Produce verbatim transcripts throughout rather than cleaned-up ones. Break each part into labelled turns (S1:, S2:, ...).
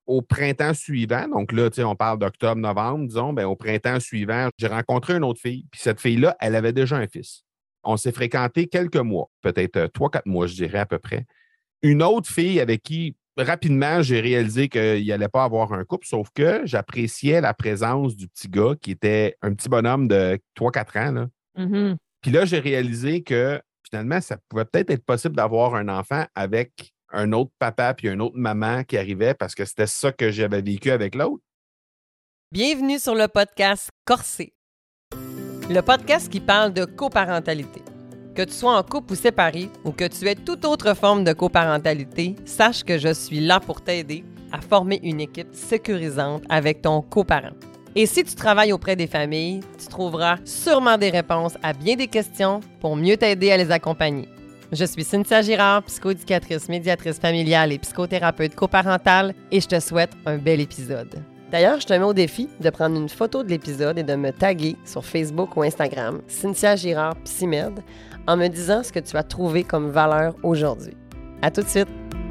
S1: au printemps suivant, donc là, tu sais, on parle d'octobre, novembre, disons, bien, au printemps suivant, j'ai rencontré une autre fille. Puis cette fille-là, elle avait déjà un fils. On s'est fréquenté quelques mois, peut-être trois, quatre mois, je dirais à peu près. Une autre fille avec qui, rapidement, j'ai réalisé qu'il n'allait pas avoir un couple, sauf que j'appréciais la présence du petit gars qui était un petit bonhomme de trois quatre ans, là.
S2: Mm-hmm.
S1: Puis là, j'ai réalisé que finalement, ça pouvait peut-être être possible d'avoir un enfant avec un autre papa puis une autre maman qui arrivait parce que c'était ça que j'avais vécu avec l'autre.
S2: Bienvenue sur le podcast Corsé, le podcast qui parle de coparentalité. Que tu sois en couple ou séparé ou que tu aies toute autre forme de coparentalité, sache que je suis là pour t'aider à former une équipe sécurisante avec ton coparent. Et si tu travailles auprès des familles, tu trouveras sûrement des réponses à bien des questions pour mieux t'aider à les accompagner. Je suis Cynthia Girard, psychoéducatrice, médiatrice familiale et psychothérapeute coparentale et je te souhaite un bel épisode. D'ailleurs, je te mets au défi de prendre une photo de l'épisode et de me taguer sur Facebook ou Instagram, Cynthia Girard Psymed, en me disant ce que tu as trouvé comme valeur aujourd'hui. À tout de suite!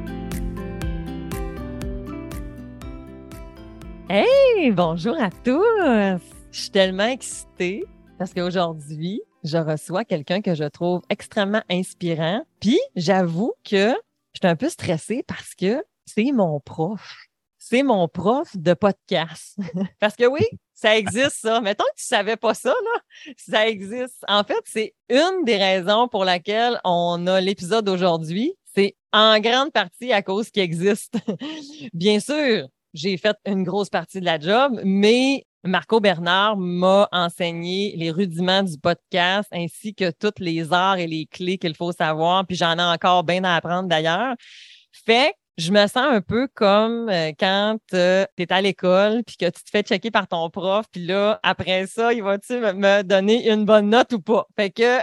S2: Hey! Bonjour à tous! Je suis tellement excitée parce qu'aujourd'hui, je reçois quelqu'un que je trouve extrêmement inspirant. Puis, j'avoue que je suis un peu stressée parce que c'est mon prof. C'est mon prof de podcast. Parce que oui, ça existe, ça. Mettons que tu savais pas ça, là. Ça existe. En fait, c'est une des raisons pour laquelle on a l'épisode d'aujourd'hui. C'est en grande partie à cause qu'il existe. Bien sûr, j'ai fait une grosse partie de la job, mais Marco Bernard m'a enseigné les rudiments du podcast ainsi que toutes les arts et les clés qu'il faut savoir. Puis j'en ai encore bien à apprendre d'ailleurs. Fait que je me sens un peu comme euh, quand euh, tu es à l'école puis que tu te fais checker par ton prof puis là, après ça, il va-tu me, me donner une bonne note ou pas? Fait que...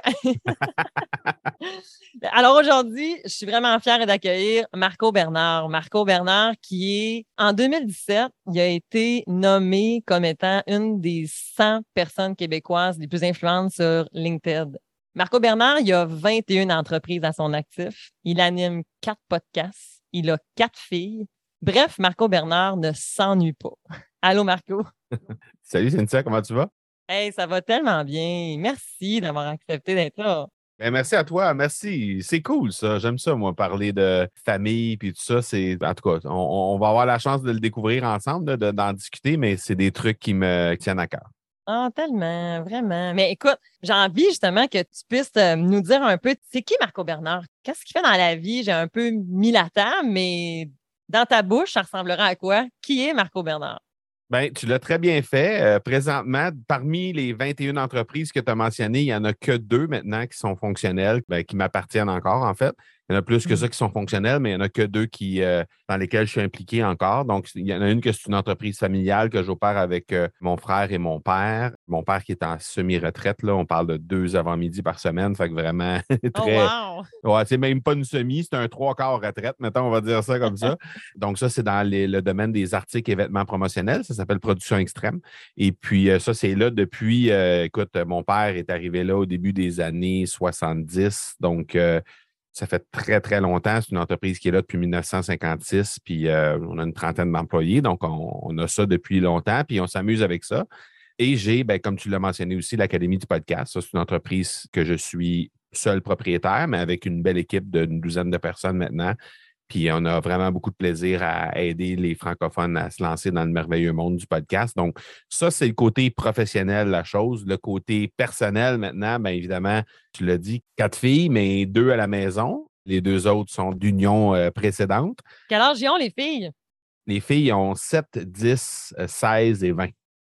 S2: Alors aujourd'hui, je suis vraiment fière d'accueillir Marco Bernard. Marco Bernard qui est, en deux mille dix-sept, il a été nommé comme étant une des cent personnes québécoises les plus influentes sur LinkedIn. Marco Bernard, il a vingt et une entreprises à son actif. Il anime quatre podcasts. Il a quatre filles. Bref, Marco Bernard ne s'ennuie pas. Allô, Marco?
S1: Salut Cynthia, comment tu vas?
S2: Hey, ça va tellement bien. Merci d'avoir accepté d'être là.
S1: Bien, merci à toi, merci. C'est cool ça. J'aime ça, moi, parler de famille puis tout ça. C'est, en tout cas, on, on va avoir la chance de le découvrir ensemble, là, de, d'en discuter, mais c'est des trucs qui me tiennent à cœur.
S2: Ah, oh, tellement, vraiment. Mais écoute, j'ai envie justement que tu puisses euh, nous dire un peu, c'est qui Marco Bernard? Qu'est-ce qu'il fait dans la vie? J'ai un peu mis la table, mais dans ta bouche, ça ressemblera à quoi? Qui est Marco Bernard?
S1: Bien, tu l'as très bien fait. Euh, présentement, parmi les vingt et une entreprises que tu as mentionnées, il n'y en a que deux maintenant qui sont fonctionnelles, bien, qui m'appartiennent encore, en fait. Il y en a plus que ça qui sont fonctionnels, mais il n'y en a que deux qui, euh, dans lesquelles je suis impliqué encore. Donc, il y en a une que c'est une entreprise familiale que j'opère avec euh, mon frère et mon père. Mon père qui est en semi-retraite, là, on parle de deux avant-midi par semaine. Fait que vraiment très.
S2: Oh, wow!
S1: Ouais, c'est même pas une semi, c'est un trois quarts retraite, mettons, on va dire ça comme ça. Donc, ça, c'est dans les, le domaine des articles et vêtements promotionnels. Ça s'appelle Production Extrême. Et puis, euh, ça, c'est là depuis, euh, écoute, mon père est arrivé là au début des années soixante-dix. Donc, euh, ça fait très, très longtemps. C'est une entreprise qui est là depuis mille neuf cent cinquante-six, puis euh, on a une trentaine d'employés. Donc, on, on a ça depuis longtemps, puis on s'amuse avec ça. Et j'ai, ben, comme tu l'as mentionné aussi, l'Académie du podcast. Ça, c'est une entreprise que je suis seul propriétaire, mais avec une belle équipe d'une douzaine de personnes maintenant. Puis on a vraiment beaucoup de plaisir à aider les francophones à se lancer dans le merveilleux monde du podcast. Donc, ça, c'est le côté professionnel de la chose. Le côté personnel, maintenant, bien évidemment, tu l'as dit, quatre filles, mais deux à la maison. Les deux autres sont d'union euh, précédente.
S2: Quel âge ils ont, les filles?
S1: Les filles ont sept, dix, seize et vingt.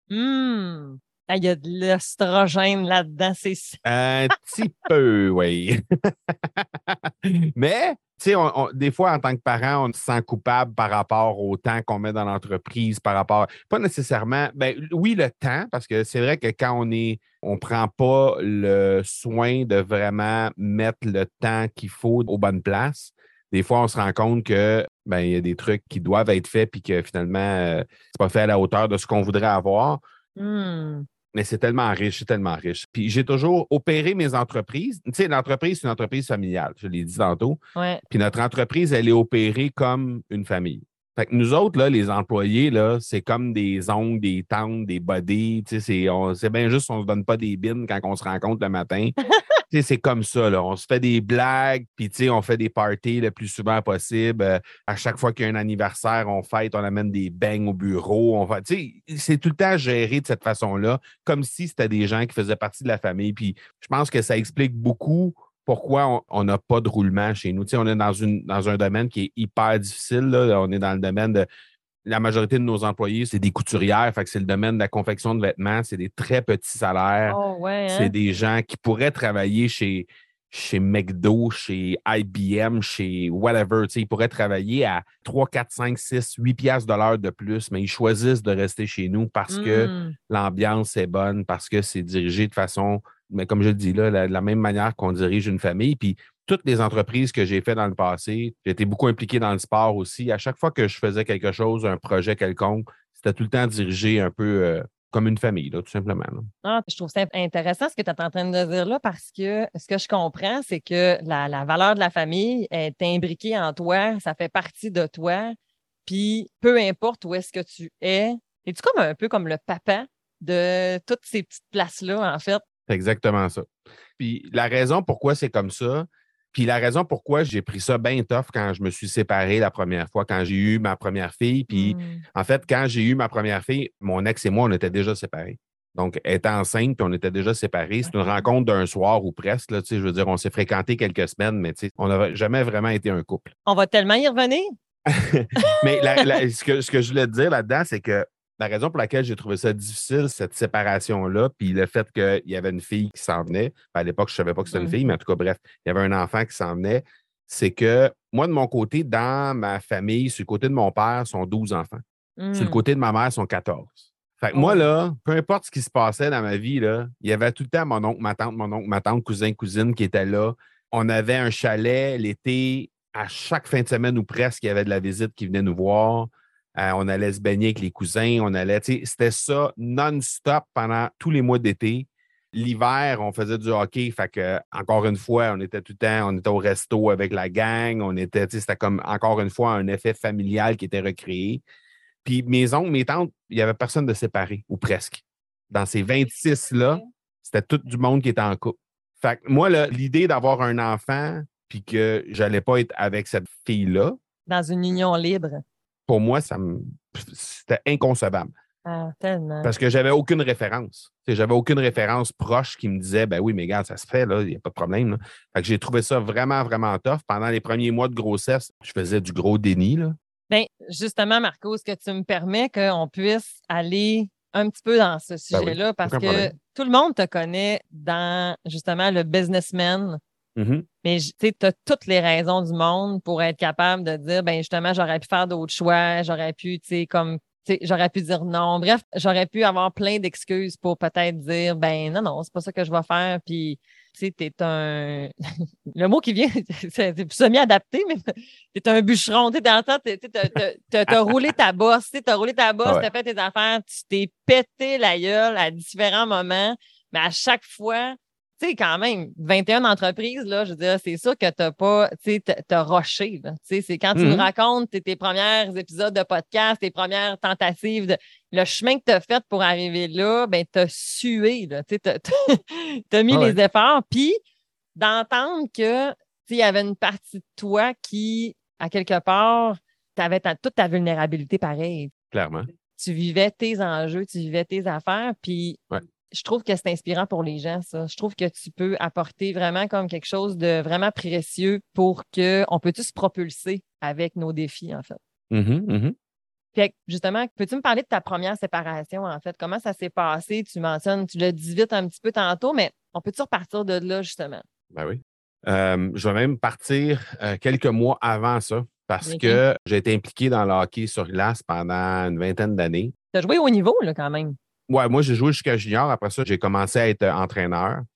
S2: Hum! Ah, il y a de l'estrogène là-dedans, c'est ça.
S1: Un petit peu, oui. Mais, tu sais, on, on, des fois, en tant que parent, on se sent coupable par rapport au temps qu'on met dans l'entreprise, par rapport, pas nécessairement, ben oui, le temps, parce que c'est vrai que quand on est, on prend pas le soin de vraiment mettre le temps qu'il faut aux bonnes places, des fois, on se rend compte que, ben, il y a des trucs qui doivent être faits puis que finalement, euh, c'est pas fait à la hauteur de ce qu'on voudrait avoir.
S2: Hum.
S1: Mais c'est tellement riche, c'est tellement riche. Puis j'ai toujours opéré mes entreprises. Tu sais, l'entreprise, c'est une entreprise familiale, je l'ai dit tantôt.
S2: Ouais.
S1: Puis notre entreprise, elle est opérée comme une famille. Fait que nous autres, là, les employés, là, c'est comme des ongles, des tantes, des bodies. Tu sais, c'est, on- c'est bien juste qu'on ne se donne pas des bines quand on se rencontre le matin. Tu sais, c'est comme ça, là. On se fait des blagues, puis tu sais, on fait des parties le plus souvent possible. Euh, à chaque fois qu'il y a un anniversaire, on fête, on amène des beignes au bureau. On fait, tu sais, c'est tout le temps géré de cette façon-là, comme si c'était des gens qui faisaient partie de la famille. Puis je pense que ça explique beaucoup pourquoi on on n'a pas de roulement chez nous. Tu sais, on est dans, une, dans un domaine qui est hyper difficile, là. On est dans le domaine de la majorité de nos employés, c'est des couturières, fait que c'est le domaine de la confection de vêtements, c'est des très petits salaires.
S2: Oh, ouais,
S1: C'est
S2: hein?
S1: des gens qui pourraient travailler chez, chez McDo, chez I B M, chez whatever. Tu sais, ils pourraient travailler à trois, quatre, cinq, six, huit piastres de l'heure de plus, mais ils choisissent de rester chez nous parce que
S2: Mm.
S1: l'ambiance est bonne, parce que c'est dirigé de façon, mais comme je le dis là, la- de la même manière qu'on dirige une famille. Puis toutes les entreprises que j'ai fait dans le passé, j'ai été beaucoup impliqué dans le sport aussi. À chaque fois que je faisais quelque chose, un projet quelconque, c'était tout le temps dirigé un peu euh, comme une famille, là, tout simplement, là.
S2: Ah, je trouve ça intéressant ce que tu es en train de dire là parce que ce que je comprends, c'est que la, la valeur de la famille est imbriquée en toi, ça fait partie de toi. Puis peu importe où est-ce que tu es, es-tu comme un peu comme le papa de toutes ces petites places-là, en fait?
S1: C'est exactement ça. Puis la raison pourquoi c'est comme ça, puis la raison pourquoi j'ai pris ça bien tough quand je me suis séparé la première fois, quand j'ai eu ma première fille. Puis
S2: Mm.
S1: en fait, quand j'ai eu ma première fille, mon ex et moi, on était déjà séparés. Donc, elle était enceinte, puis on était déjà séparés. C'est une
S2: OK.
S1: rencontre d'un soir ou presque. Là, tu sais, je veux dire, on s'est fréquenté quelques semaines, mais tu sais, on n'a jamais vraiment été un couple.
S2: On va tellement y revenir.
S1: Mais la- la- ce que, ce que je voulais te dire là-dedans, c'est que la raison pour laquelle j'ai trouvé ça difficile, cette séparation-là, puis le fait qu'il y avait une fille qui s'en venait, ben, à l'époque, je ne savais pas que c'était une fille, mais en tout cas, bref, il y avait un enfant qui s'en venait, c'est que moi, de mon côté, dans ma famille, sur le côté de mon père, sont douze enfants. Sur le
S2: Mm.
S1: côté de ma mère, sont quatorze. Fait que moi,
S2: Oh.
S1: là, peu importe ce qui se passait dans ma vie, là, il y avait tout le temps mon oncle, ma tante, mon oncle, ma tante, cousin, cousine qui étaient là. On avait un chalet l'été, à chaque fin de semaine ou presque, il y avait de la visite qui venait nous voir. Euh, on allait se baigner avec les cousins. On allait, tu sais, c'était ça non-stop pendant tous les mois d'été. L'hiver, on faisait du hockey. Fait que, encore une fois, on était tout le temps, on était au resto avec la gang. On était, tu sais, c'était comme, encore une fois, un effet familial qui était recréé. Puis mes oncles, mes tantes, il n'y avait personne de séparé, ou presque. Dans ces vingt-six-là, c'était tout du monde qui était en couple. Fait que moi, là, l'idée d'avoir un enfant, puis que j'allais pas être avec cette fille-là,
S2: Dans une union libre.
S1: pour moi, ça me... c'était inconcevable.
S2: Ah, tellement.
S1: Parce que j'avais aucune référence. Tu sais, j'avais aucune référence proche qui me disait, ben oui, mais regarde, ça se fait, là, il n'y a pas de problème, là. Fait que j'ai trouvé ça vraiment, vraiment tough. Pendant les premiers mois de grossesse, je faisais du gros déni, là.
S2: Bien, justement, Marco, est-ce que tu me permets qu'on puisse aller un petit peu dans ce
S1: Ben
S2: sujet-là?
S1: oui,
S2: Parce
S1: aucun
S2: que
S1: problème.
S2: tout le monde te connaît dans, justement, le businessman.
S1: Mhm.
S2: Mais tu as toutes les raisons du monde pour être capable de dire, ben justement, j'aurais pu faire d'autres choix, j'aurais pu, tu sais, comme, tu sais, j'aurais pu dire non. Bref, j'aurais pu avoir plein d'excuses pour peut-être dire, ben non, non, c'est pas ça que je vais faire. Puis, tu sais, t'es un... Le mot qui vient, c'est semi-adapté, mais t'es un bûcheron. Tu sais, dans le temps, t'es- t'as t'as- t'as- t'as roulé ta bosse, tu sais, t'as roulé ta bosse,
S1: Ah ouais.
S2: t'as fait tes affaires, tu t'es pété la gueule à différents moments, mais à chaque fois, tu sais, quand même, vingt et une entreprises, là, je veux dire, c'est sûr que t'as pas, tu sais, t'as- t'as rushé, là. Tu sais, c'est quand tu nous
S1: Mhm.
S2: racontes tes, tes premiers épisodes de podcast, tes premières tentatives, de, le chemin que t'as fait pour arriver là, ben, t'as sué, là. Tu sais, t'as, t'as- t'as mis
S1: Ah ouais.
S2: les efforts, puis d'entendre que, tu sais, il y avait une partie de toi qui, à quelque part, t'avais ta- toute ta vulnérabilité pareille.
S1: Clairement.
S2: Tu vivais tes enjeux, tu vivais tes affaires, puis
S1: Ouais.
S2: je trouve que c'est inspirant pour les gens, ça. Je trouve que tu peux apporter vraiment comme quelque chose de vraiment précieux pour qu'on peut tous se propulser avec nos défis, en fait.
S1: Mhm, mhm.
S2: Puis, justement, peux-tu me parler de ta première séparation, en fait? Comment ça s'est passé? Tu mentionnes, tu l'as dit vite un petit peu tantôt, mais on peut-tu repartir de là, justement?
S1: Ben oui. Euh, je vais même partir euh, quelques mois avant ça parce
S2: OK.
S1: que j'ai été impliqué dans le hockey sur glace pendant une vingtaine d'années.
S2: Tu as joué au niveau, là, quand même.
S1: Ouais, moi, j'ai joué jusqu'à junior. Après ça, j'ai commencé à être entraîneur.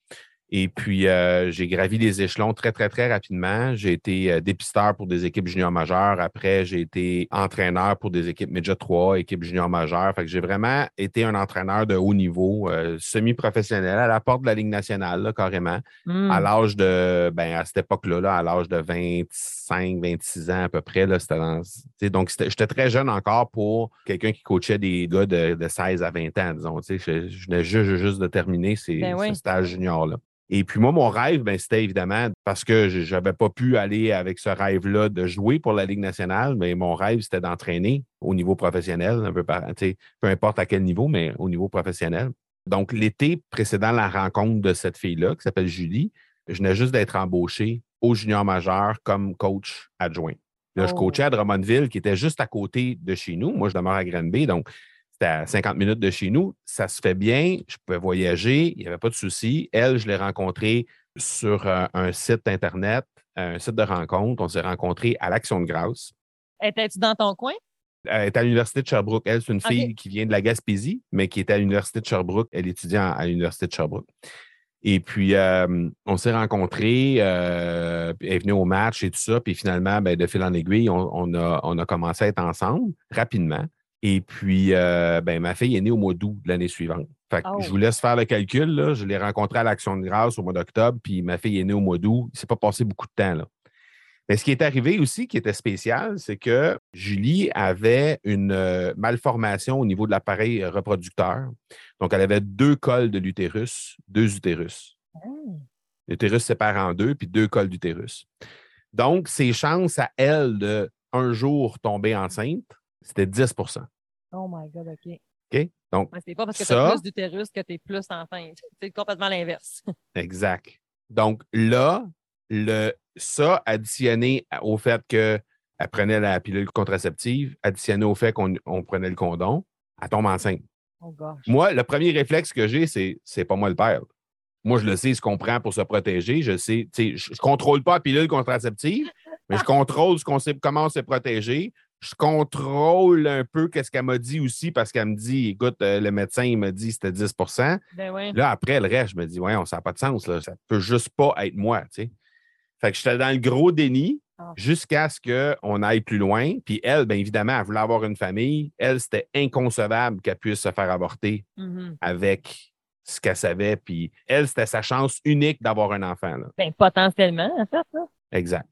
S1: Et puis, euh, j'ai gravi les échelons très, très, très rapidement. J'ai été euh, dépisteur pour des équipes juniors majeures. Après, j'ai été entraîneur pour des équipes Midget trois, équipes juniors majeures. Fait que j'ai vraiment été un entraîneur de haut niveau, euh, semi-professionnel, à la porte de la Ligue nationale, là, carrément. À
S2: Mm.
S1: l'âge de, ben, à cette époque-là, là, à l'âge de vingt-cinq, vingt-six ans à peu près, là, c'était dans, donc, c'était, j'étais très jeune encore pour quelqu'un qui coachait des gars de, de seize à vingt ans, disons. Je, je venais juste, juste de terminer ces,
S2: Ben
S1: ce
S2: oui.
S1: stage junior-là. Et puis moi, mon rêve, ben, c'était évidemment, parce que je n'avais pas pu aller avec ce rêve-là de jouer pour la Ligue nationale, mais mon rêve, c'était d'entraîner au niveau professionnel, un peu, par, peu importe à quel niveau, mais au niveau professionnel. Donc, l'été précédant la rencontre de cette fille-là, qui s'appelle Julie, je venais juste d'être embauché au junior majeur comme coach adjoint. Là,
S2: Oh.
S1: je coachais à Drummondville, qui était juste à côté de chez nous. Moi, je demeure à Granby, donc c'était à cinquante minutes de chez nous. Ça se fait bien. Je pouvais voyager. Il n'y avait pas de souci. Elle, je l'ai rencontrée sur un, un site Internet, un site de rencontre. On s'est rencontrés à l'Action de grâce.
S2: Étais-tu dans ton coin?
S1: Elle est à l'Université de Sherbrooke. Elle, c'est une
S2: Okay.
S1: fille qui vient de la Gaspésie, mais qui est à l'Université de Sherbrooke. Elle étudie à, à l'Université de Sherbrooke. Et puis, euh, on s'est rencontrés, euh, elle est venue au match et tout ça. Puis finalement, ben, de fil en aiguille, on, on, a, on a commencé à être ensemble rapidement. Et puis, euh, ben, ma fille est née au mois d'août de l'année suivante. Fait que
S2: Oh.
S1: je vous laisse faire le calcul. Là. Je l'ai rencontrée à l'Action de grâce au mois d'octobre, puis ma fille est née au mois d'août. Il ne s'est pas passé beaucoup de temps, là. Mais ce qui est arrivé aussi, qui était spécial, c'est que Julie avait une euh, malformation au niveau de l'appareil reproducteur. Donc, elle avait deux cols de l'utérus, deux utérus.
S2: Oh.
S1: L'utérus se sépare en deux, puis deux cols d'utérus. Donc, ses chances à elle de un jour tomber enceinte, c'était dix pour cent.
S2: Oh my God, OK.
S1: OK? Donc,
S2: ouais, c'est pas parce que
S1: ça,
S2: tu as plus d'utérus que tu es plus enceinte. C'est complètement l'inverse.
S1: Exact. Donc, là, le, ça, additionné au fait qu'elle prenait la pilule contraceptive, additionné au fait qu'on on prenait le condom, elle tombe enceinte.
S2: Oh gosh.
S1: Moi, le premier réflexe que j'ai, c'est c'est pas moi le père. Moi, je le sais, ce qu'on prend pour se protéger. Je sais, tu sais, je ne contrôle pas la pilule contraceptive, mais je contrôle ce qu'on sait, comment on s'est protégé. Je contrôle un peu qu'est-ce qu'elle m'a dit aussi parce qu'elle me dit, écoute, euh, le médecin, il m'a dit que c'était dix pour cent.
S2: Ben oui.
S1: Là, après, le reste, je me dis, ouais, ça n'a pas de sens. Là. Ça ne peut juste pas être moi, tu sais. Fait que j'étais dans le gros déni
S2: oh.
S1: jusqu'à ce qu'on aille plus loin. Puis elle, bien évidemment, elle voulait avoir une famille. Elle, c'était inconcevable qu'elle puisse se faire avorter
S2: mm-hmm.
S1: avec ce qu'elle savait. Puis elle, c'était sa chance unique d'avoir un enfant. Là.
S2: Ben, potentiellement, en fait. Là.
S1: Exact.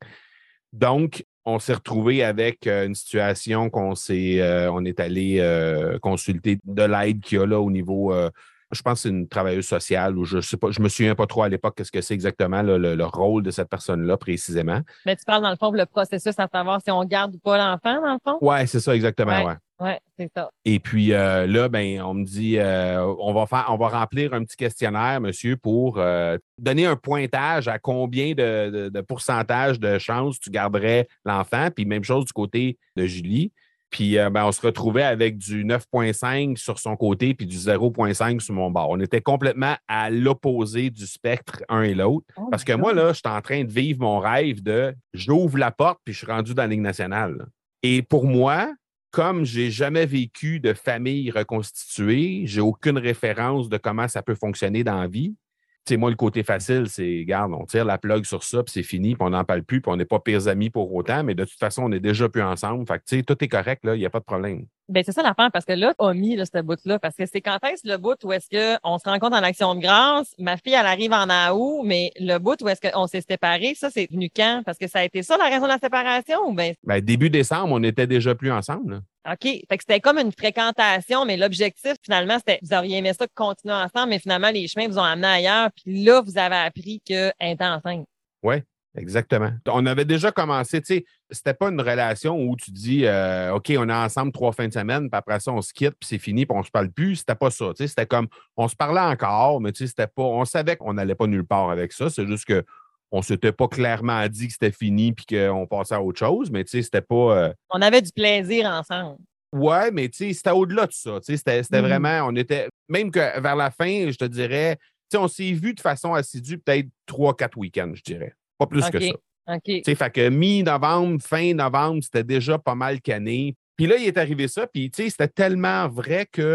S1: Donc, on s'est retrouvé avec euh, une situation qu'on s'est, euh, on est allé euh, consulter de l'aide qu'il y a là au niveau, euh, je pense que c'est une travailleuse sociale ou je sais pas, je me souviens pas trop à l'époque qu'est-ce que c'est exactement là, le, le rôle de cette personne-là précisément.
S2: Mais tu parles dans le fond le processus à savoir si on garde ou pas l'enfant, dans le fond?
S1: Oui, c'est ça exactement, ouais.
S2: ouais. Oui, c'est ça.
S1: Et puis euh, là, ben, on me dit, euh, on va faire, on va remplir un petit questionnaire, monsieur, pour euh, donner un pointage à combien de, de, de pourcentage de chances tu garderais l'enfant. Puis même chose du côté de Julie. Puis euh, ben, on se retrouvait avec du neuf virgule cinq sur son côté puis du zéro virgule cinq sur mon bord. On était complètement à l'opposé du spectre, un et l'autre.
S2: Oh
S1: parce que moi, là, je suis en train de vivre mon rêve de j'ouvre la porte puis je suis rendu dans la Ligue nationale. Là. Et pour moi, comme je n'ai jamais vécu de famille reconstituée, je n'ai aucune référence de comment ça peut fonctionner dans la vie. Tu sais, moi, le côté facile, c'est, regarde, on tire la plug sur ça, puis c'est fini, puis on n'en parle plus, puis on n'est pas pires amis pour autant, mais de toute façon, on n'est déjà plus ensemble. Fait que, tu sais, tout est correct, là, il n'y a pas de problème.
S2: Ben c'est ça l'affaire, parce que là, tu as mis là, ce bout-là, parce que c'est quand est-ce le bout où est-ce qu'on se rencontre en action de grâce, ma fille, elle arrive en août, mais le bout où est-ce qu'on s'est séparés, ça, c'est venu quand? Parce que ça a été ça la raison de la séparation? Ou ben...
S1: Ben, début décembre, on n'était déjà plus ensemble, là.
S2: OK. Fait que c'était comme une fréquentation, mais l'objectif, finalement, c'était vous auriez aimé ça continuer ensemble, mais finalement, les chemins vous ont amené ailleurs, puis là, vous avez appris qu'elle était enceinte.
S1: Oui. Exactement. On avait déjà commencé, tu sais, c'était pas une relation où tu dis, euh, OK, on est ensemble trois fins de semaine, puis après ça, on se quitte, puis c'est fini, puis on se parle plus. C'était pas ça, tu sais, c'était comme, on se parlait encore, mais tu sais, c'était pas, on savait qu'on n'allait pas nulle part avec ça. C'est juste que on s'était pas clairement dit que c'était fini, puis qu'on passait à autre chose, mais tu sais, c'était pas... Euh...
S2: On avait du plaisir ensemble.
S1: Ouais, mais tu sais, c'était au-delà de ça, tu sais, c'était, c'était mmh. vraiment, on était, même que vers la fin, je te dirais, tu sais, on s'est vu de façon assidue peut-être trois, quatre week-ends, je dirais. Pas plus
S2: okay.
S1: que ça.
S2: OK.
S1: Tu sais, fait que mi-novembre, fin novembre, c'était déjà pas mal canné. Puis là, il est arrivé ça, puis tu sais, c'était tellement vrai que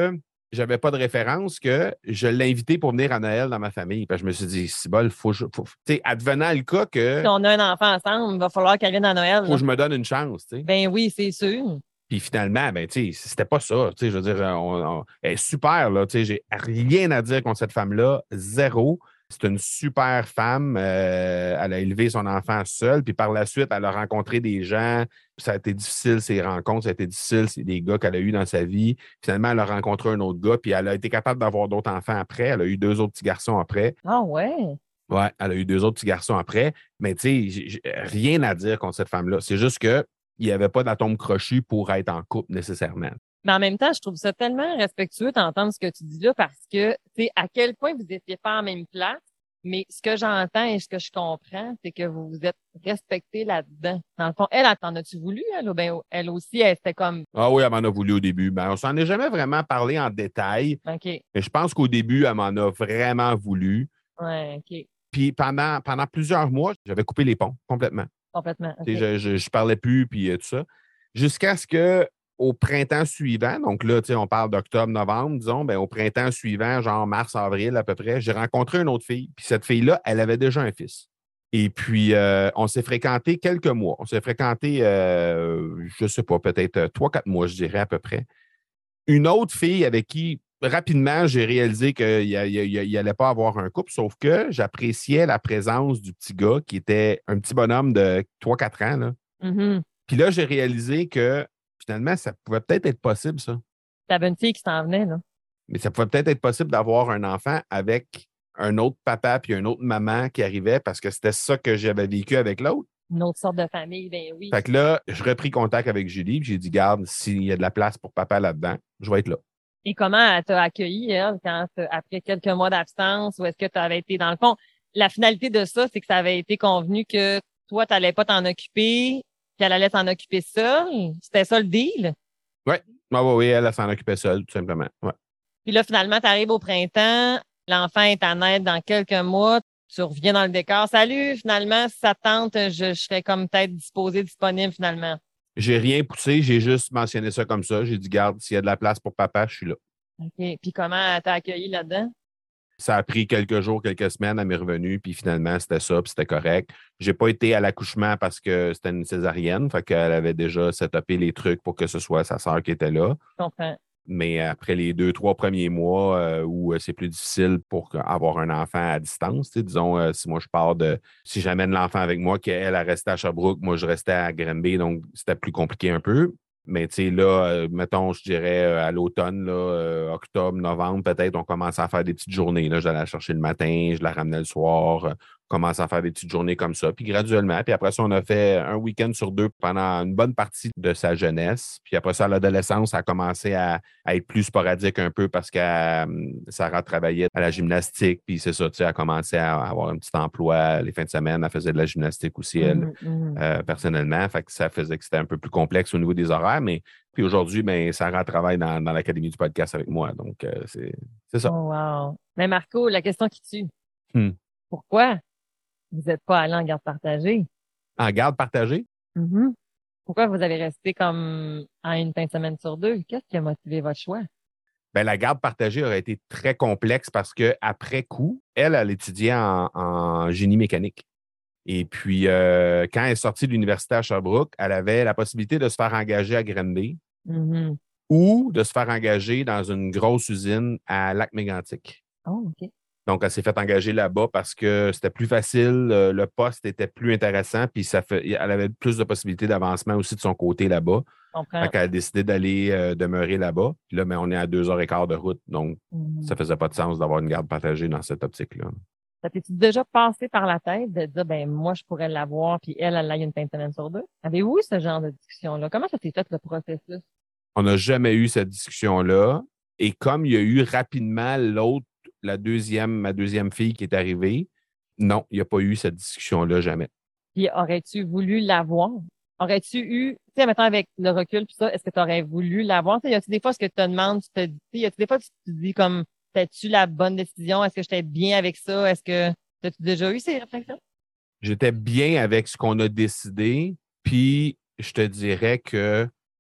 S1: j'avais pas de référence que je l'ai invité pour venir à Noël dans ma famille. Puis je me suis dit, c'est bon, il faut, faut tu sais, advenant le cas que
S2: Si on a un enfant ensemble, il va falloir qu'elle vienne à Noël.
S1: faut
S2: Là.
S1: que je me donne une chance, tu sais.
S2: Ben oui, c'est sûr.
S1: Puis finalement, ben, tu sais, c'était pas ça. Tu sais, je veux dire, on, on- elle est super, là. Tu sais, j'ai rien à dire contre cette femme-là. Zéro. C'est une super femme. Euh, elle a élevé son enfant seule. Puis par la suite, elle a rencontré des gens. Ça a été difficile, ses rencontres. Ça a été difficile, c'est des gars qu'elle a eus dans sa vie. Finalement, elle a rencontré un autre gars. Puis elle a été capable d'avoir d'autres enfants après. Elle a eu deux autres petits garçons après.
S2: Ah ouais?
S1: Ouais, elle a eu deux autres petits garçons après. Mais tu sais, j'ai- j'ai rien à dire contre cette femme-là. C'est juste que il n'y avait pas d'atome crochu pour être en couple nécessairement.
S2: Mais en même temps, je trouve ça tellement respectueux d'entendre ce que tu dis là parce que, tu sais, à quel point vous n'étiez pas en même place. Mais ce que j'entends et ce que je comprends, c'est que vous vous êtes respectés là-dedans. Dans le fond, elle, elle t'en as-tu voulu, elle? Ou ben, elle aussi, elle était comme,
S1: Ah oui, elle m'en a voulu au début. Ben, on s'en est jamais vraiment parlé en détail,
S2: OK,
S1: mais je pense qu'au début, elle m'en a vraiment voulu.
S2: ouais, OK,
S1: Puis pendant, pendant plusieurs mois, j'avais coupé les ponts complètement.
S2: complètement,
S1: Tu
S2: OK.
S1: sais, Je, je, je parlais plus, puis euh, tout ça. Jusqu'à ce que au printemps suivant, donc là, tu sais, on parle d'octobre, novembre, disons, ben, au printemps suivant, genre mars, avril à peu près, j'ai rencontré une autre fille. Puis cette fille-là, elle avait déjà un fils. Et puis, euh, on s'est fréquenté quelques mois. On s'est fréquenté, euh, je ne sais pas, peut-être euh, trois, quatre mois, je dirais à peu près. Une autre fille avec qui, rapidement, j'ai réalisé qu'il n'allait pas avoir un couple, sauf que j'appréciais la présence du petit gars qui était un petit bonhomme de trois, quatre ans. Là.
S2: Mhm.
S1: Puis là, j'ai réalisé que finalement, ça pouvait peut-être être possible, ça.
S2: T'avais une fille qui s'en venait, là.
S1: Mais ça pouvait peut-être être possible d'avoir un enfant avec un autre papa puis une autre maman qui arrivait parce que c'était ça que j'avais vécu avec l'autre.
S2: Une autre sorte de famille, ben oui.
S1: Fait que là, je repris contact avec Julie, puis j'ai dit, garde, s'il y a de la place pour papa là-dedans, je vais être là.
S2: Et comment elle t'a accueilli, elle, quand, euh, après quelques mois d'absence, ou est-ce que tu avais été, dans le fond, la finalité de ça, c'est que ça avait été convenu que toi, tu n'allais pas t'en occuper, qu'elle allait s'en occuper seule. C'était ça le deal?
S1: Oui, ah, oui, oui, elle, elle s'en occupait seule, tout simplement. Ouais.
S2: Puis là, finalement, tu arrives au printemps, l'enfant est à naître dans quelques mois, tu reviens dans le décor. Salut, finalement, si ça te tente, je, je serais comme peut-être disposé, disponible finalement.
S1: J'ai rien poussé, j'ai juste mentionné ça comme ça. J'ai dit, garde, s'il y a de la place pour papa, je suis là.
S2: OK. Puis comment elle t'a accueilli là-dedans?
S1: Ça a pris quelques jours, quelques semaines à m'y revenue, puis finalement, c'était ça, puis c'était correct. J'ai pas été à l'accouchement parce que c'était une césarienne, fait qu'elle avait déjà setupé les trucs pour que ce soit sa sœur qui était là.
S2: Je comprends.
S1: Mais après les deux, trois premiers mois euh, où c'est plus difficile pour avoir un enfant à distance, disons, euh, si moi je pars de. Si j'amène l'enfant avec moi, qu'elle a resté à Sherbrooke, moi je restais à Granby, donc c'était plus compliqué un peu. Mais tu sais, là, euh, mettons, je dirais euh, à l'automne, là, euh, octobre, novembre, peut-être, on commençait à faire des petites journées. Là, j'allais la chercher le matin, je la ramenais le soir, euh, on commençait à faire des petites journées comme ça. Puis graduellement, puis après ça, on a fait un week-end sur deux pendant une bonne partie de sa jeunesse. Puis après ça, à l'adolescence, ça a commencé à, à être plus sporadique un peu parce que euh, Sarah travaillait à la gymnastique. Puis c'est ça, tu sais, elle a commencé à avoir un petit emploi les fins de semaine. Elle faisait de la gymnastique aussi, elle.
S2: Mhm, mhm.
S1: Euh, personnellement. Fait que ça faisait que c'était un peu plus complexe au niveau des horaires, mais puis aujourd'hui, ben, Sarah travaille dans, dans l'Académie du podcast avec moi. Donc, euh, c'est, c'est ça.
S2: Oh, wow. Mais Marco, la question qui tue.
S1: Hmm.
S2: Pourquoi vous n'êtes pas allé en garde partagée?
S1: En garde partagée?
S2: Mhm. Pourquoi vous avez resté comme à une fin de semaine sur deux? Qu'est-ce qui a motivé votre choix?
S1: Ben, la garde partagée aurait été très complexe parce qu'après coup, elle, elle étudiait en, en génie mécanique. Et puis, euh, quand elle est sortie de l'université à Sherbrooke, elle avait la possibilité de se faire engager à Granby
S2: Mhm.
S1: ou de se faire engager dans une grosse usine à Lac-Mégantic.
S2: Oh, OK.
S1: Donc, elle s'est fait engager là-bas parce que c'était plus facile, euh, le poste était plus intéressant, puis ça fait, elle avait plus de possibilités d'avancement aussi de son côté là-bas.
S2: Je comprends.
S1: Fait qu'elle a décidé d'aller euh, demeurer là-bas. Puis là, mais on est à deux heures et quart de route, donc
S2: Mhm.
S1: ça faisait pas de sens d'avoir une garde partagée dans cette optique-là.
S2: Ça t'es-tu déjà passé par la tête de dire, ben, moi, je pourrais l'avoir, puis elle, elle a une fin de semaine sur deux? Avez-vous eu ce genre de discussion-là? Comment ça s'est fait, le processus?
S1: On n'a jamais eu cette discussion-là. Et comme il y a eu rapidement l'autre, la deuxième, ma deuxième fille qui est arrivée, non, il n'y a pas eu cette discussion-là, jamais.
S2: Puis aurais-tu voulu l'avoir? Aurais-tu eu, tu sais, maintenant avec le recul, puis ça, est-ce que tu aurais voulu l'avoir? Tu sais, y a-tu des fois ce que tu te demandes, tu te dis, y a-tu des fois tu te dis comme, fais-tu la bonne décision? Est-ce que j'étais bien avec ça? Est-ce que, as-tu déjà eu ces réflexions?
S1: J'étais bien avec ce qu'on a décidé, puis je te dirais que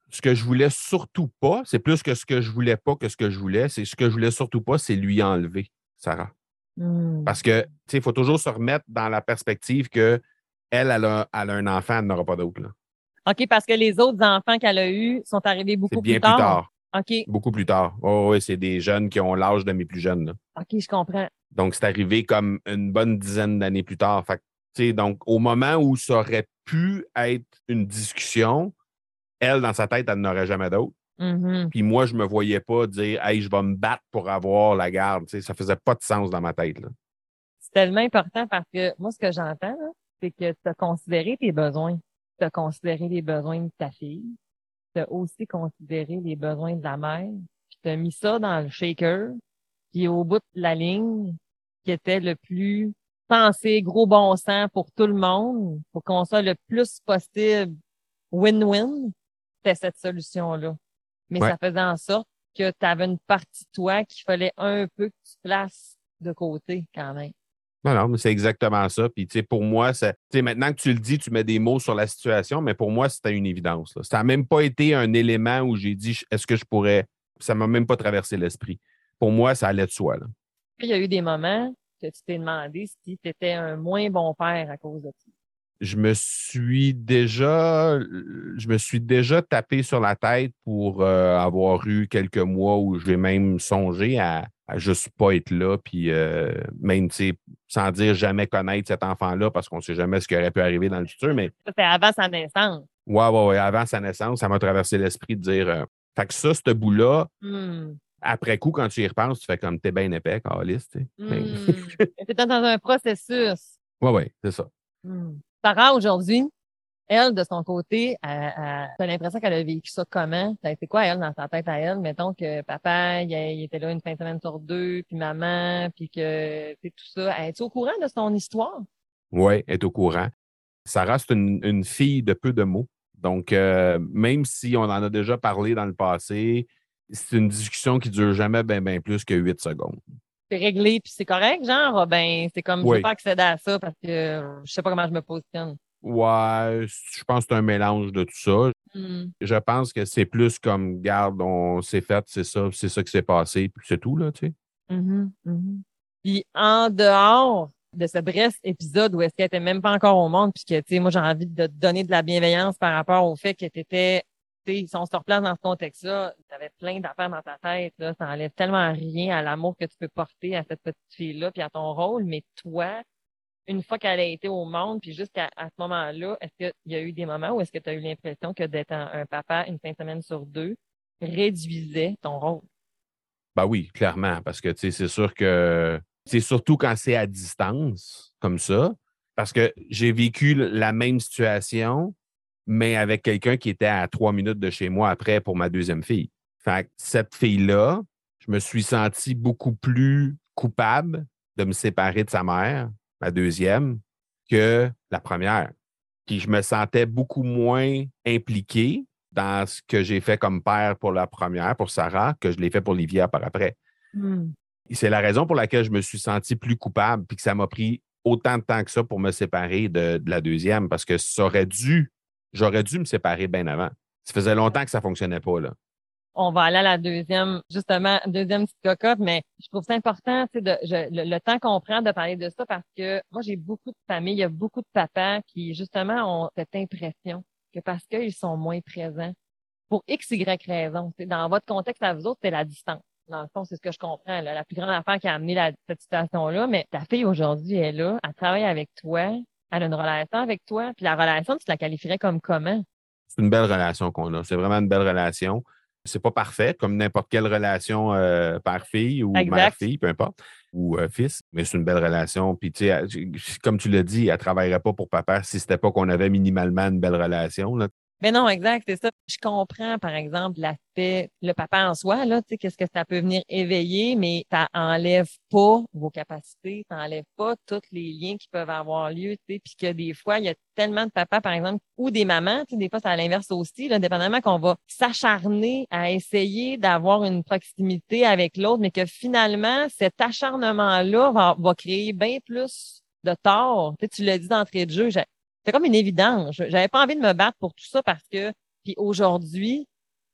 S1: ce que je voulais surtout pas, c'est plus que ce que je voulais pas que ce que je voulais, c'est ce que je voulais surtout pas, c'est lui enlever, Sarah.
S2: Mm.
S1: Parce que, tu sais, il faut toujours se remettre dans la perspective que elle, elle a, elle a un enfant, elle n'aura pas d'autre, là.
S2: OK, parce que les autres enfants qu'elle a eus sont arrivés
S1: C'est
S2: beaucoup plus
S1: bien plus
S2: tard.
S1: tard.
S2: OK,
S1: Beaucoup plus tard. Oh, oui, c'est des jeunes qui ont l'âge de mes plus jeunes, là.
S2: OK, je comprends.
S1: Donc, c'est arrivé comme une bonne dizaine d'années plus tard. Fait que, tu sais, donc, au moment où ça aurait pu être une discussion, elle, dans sa tête, elle n'aurait jamais d'autre.
S2: Mhm.
S1: Puis moi, je me voyais pas dire, hey, je vais me battre pour avoir la garde. Tu sais, ça faisait pas de sens dans ma tête, là.
S2: C'est tellement important parce que moi, ce que j'entends, là, c'est que tu as considéré tes besoins. Tu as considéré les besoins de ta fille. Tu as aussi considéré les besoins de la mère. Puis tu as mis ça dans le shaker. Puis au bout de la ligne, qui était le plus pensé, gros bon sens pour tout le monde, pour qu'on soit le plus possible win-win, c'était cette solution-là. Mais
S1: Ouais.
S2: ça faisait en sorte que tu avais une partie de toi qu'il fallait un peu que tu places de côté quand même.
S1: Non, non, mais c'est exactement ça. Puis, tu sais, pour moi, c'est, tu sais, maintenant que tu le dis, tu mets des mots sur la situation, mais pour moi, c'était une évidence, là. Ça n'a même pas été un élément où j'ai dit, est-ce que je pourrais. Ça m'a même pas traversé l'esprit. Pour moi, ça allait de soi, là.
S2: Puis, il y a eu des moments que tu t'es demandé si tu étais un moins bon père à cause de ça.
S1: Je me suis déjà, je me suis déjà tapé sur la tête pour euh, avoir eu quelques mois où j'ai même songé à, à juste pas être là, puis euh, même, tu sais, sans dire jamais connaître cet enfant-là, parce qu'on ne sait jamais ce qui aurait pu arriver dans le futur, mais
S2: Ça, c'était avant sa naissance.
S1: ouais, ouais, ouais, avant sa naissance, ça m'a traversé l'esprit de dire, euh, fait que ça, ce bout-là,
S2: Hmm.
S1: après coup, quand tu y repenses, tu fais comme t'es bien épais, câlisse, tu sais. Mais-
S2: Hmm. T'étais dans un processus.
S1: ouais, ouais, c'est ça.
S2: Hmm. Sarah, aujourd'hui, elle, de son côté, elle, elle, t'as l'impression qu'elle a vécu ça comment? Ça a été quoi, elle, dans sa tête à elle? Mettons que papa, il, il était là une fin de semaine sur deux, puis maman, puis que, c'est tout ça. Elle est au courant de son histoire?
S1: Ouais, elle est au courant. Sarah, c'est une, une fille de peu de mots. Donc, euh, même si on en a déjà parlé dans le passé, c'est une discussion qui dure jamais bien ben plus que huit secondes.
S2: C'est réglé, puis c'est correct, genre, ah ben, c'est comme, je veux
S1: Oui.
S2: pas accéder à ça parce que euh, je sais pas comment je me positionne.
S1: Ouais, je pense que c'est un mélange de tout ça.
S2: Hmm.
S1: Je pense que c'est plus comme, garde, on s'est fait, c'est ça, c'est ça qui s'est passé, puis c'est tout, là, tu sais.
S2: Mhm, mhm. Puis en dehors de ce bref épisode où est-ce qu'elle était même pas encore au monde, puis que, tu sais, moi, j'ai envie de te donner de la bienveillance par rapport au fait que tu étais, tu sais, si on se replace dans ce contexte-là, tu avais plein d'affaires dans ta tête, là, ça enlève tellement rien à l'amour que tu peux porter à cette petite fille-là, puis à ton rôle, mais toi, une fois qu'elle a été au monde, puis jusqu'à à ce moment-là, est-ce qu'il y a eu des moments où est-ce que tu as eu l'impression que d'être un, un papa une fin de semaine sur deux réduisait ton rôle?
S1: Ben oui, clairement, parce que, tu sais, c'est sûr que c'est surtout quand c'est à distance, comme ça, parce que j'ai vécu la même situation, mais avec quelqu'un qui était à trois minutes de chez moi après pour ma deuxième fille. Fait que cette fille-là, je me suis senti beaucoup plus coupable de me séparer de sa mère, ma deuxième, que la première. Puis je me sentais beaucoup moins impliqué dans ce que j'ai fait comme père pour la première, pour Sarah, que je l'ai fait pour Livia par après.
S2: Hmm.
S1: Et c'est la raison pour laquelle je me suis senti plus coupable, puis que ça m'a pris autant de temps que ça pour me séparer de, de la deuxième, parce que ça aurait dû, j'aurais dû me séparer bien avant. Ça faisait longtemps que ça ne fonctionnait pas, là.
S2: On va aller à la deuxième, justement, deuxième petite cocotte, mais je trouve ça important, tu sais, de, je- le, le temps qu'on prend de parler de ça parce que moi, j'ai beaucoup de familles, il y a beaucoup de papas qui, justement, ont cette impression que parce qu'ils sont moins présents, pour X, Y raison, tu sais, dans votre contexte à vous autres, c'est la distance. Dans le fond, c'est ce que je comprends, là, la plus grande affaire qui a amené la, cette situation-là, mais ta fille aujourd'hui elle est là, elle travaille avec toi, elle a une relation avec toi, puis la relation, tu la qualifierais comme comment?
S1: C'est une belle relation qu'on a. C'est vraiment une belle relation. C'est pas parfait, comme n'importe quelle relation euh, père-fille ou
S2: Exact.
S1: mère-fille, peu importe, ou euh, fils, mais c'est une belle relation. Puis, tu sais, elle- comme tu l'as dit, elle ne travaillerait pas pour papa si c'était pas qu'on avait minimalement une belle relation, là.
S2: Mais non, exact, c'est ça. Je comprends, par exemple, l'aspect, le papa en soi, là, tu sais, qu'est-ce que ça peut venir éveiller, mais ça enlève pas vos capacités, ça enlève pas tous les liens qui peuvent avoir lieu, tu sais, puis que des fois, il y a tellement de papas, par exemple, ou des mamans, tu sais, des fois, c'est à l'inverse aussi, là, dépendamment qu'on va s'acharner à essayer d'avoir une proximité avec l'autre, mais que finalement, cet acharnement-là va, va créer bien plus de tort. Tu sais, tu l'as dit d'entrée de jeu, c'est comme une évidence. Je- J'avais pas envie de me battre pour tout ça parce que, puis aujourd'hui,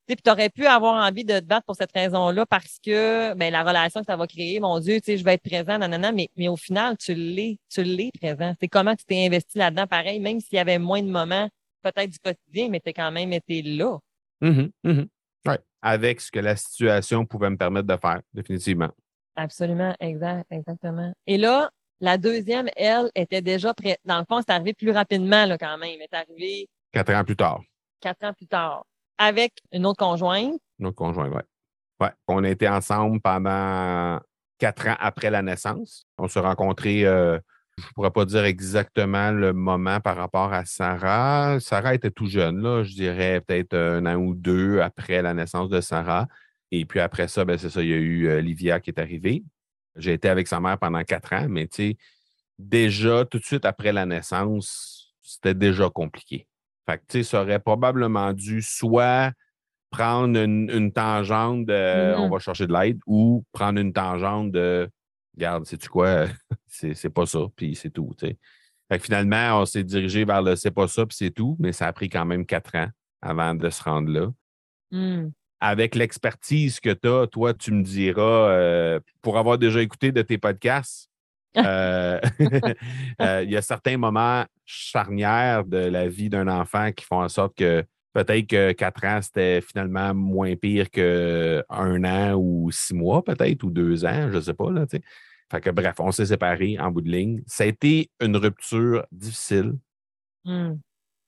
S2: Puis tu aurais pu avoir envie de te battre pour cette raison-là parce que ben, la relation que ça va créer, mon Dieu, tu sais, je vais être présent, nanana, mais, mais au final, tu l'es, tu l'es présent. C'est comment tu t'es investi là-dedans, pareil, même s'il y avait moins de moments, peut-être du quotidien, mais tu as quand même été là.
S1: Mm-hmm, mm-hmm. Ouais. Avec ce que la situation pouvait me permettre de faire, définitivement.
S2: Absolument, exact, exactement. Et là, la deuxième, elle, était déjà prête. Dans le fond, c'est arrivé plus rapidement, là, quand même. Elle est arrivée
S1: Quatre ans plus tard.
S2: quatre ans plus tard. Avec une autre conjointe.
S1: Notre conjoint, oui. Ouais. On a été ensemble pendant quatre ans après la naissance. On s'est rencontrés, euh, je ne pourrais pas dire exactement le moment par rapport à Sarah. Sarah était tout jeune, là, je dirais peut-être un an ou deux après la naissance de Sarah. Et puis après ça, ben, c'est ça, il y a eu euh, Livia qui est arrivée. J'ai été avec sa mère pendant quatre ans, mais tu sais, déjà, tout de suite après la naissance, c'était déjà compliqué. Fait que, tu sais, ça aurait probablement dû soit prendre une, une tangente de euh, on
S2: Mm-hmm.
S1: va chercher de l'aide ou prendre une tangente de regarde, sais-tu quoi, c'est, c'est pas ça, puis c'est tout. T'sais. Fait que finalement, on s'est dirigé vers le c'est pas ça, puis c'est tout, mais ça a pris quand même quatre ans avant de se rendre là.
S2: Mm.
S1: Avec l'expertise que tu as, toi, tu me diras, euh, pour avoir déjà écouté de tes podcasts, euh, euh, il y a certains moments charnières de la vie d'un enfant qui font en sorte que peut-être que quatre ans, c'était finalement moins pire qu'un an ou six mois, peut-être, ou deux ans, je ne sais pas. Là, tu sais. Fait que bref, on s'est séparés en bout de ligne. Ça a été une rupture difficile.
S2: Mm.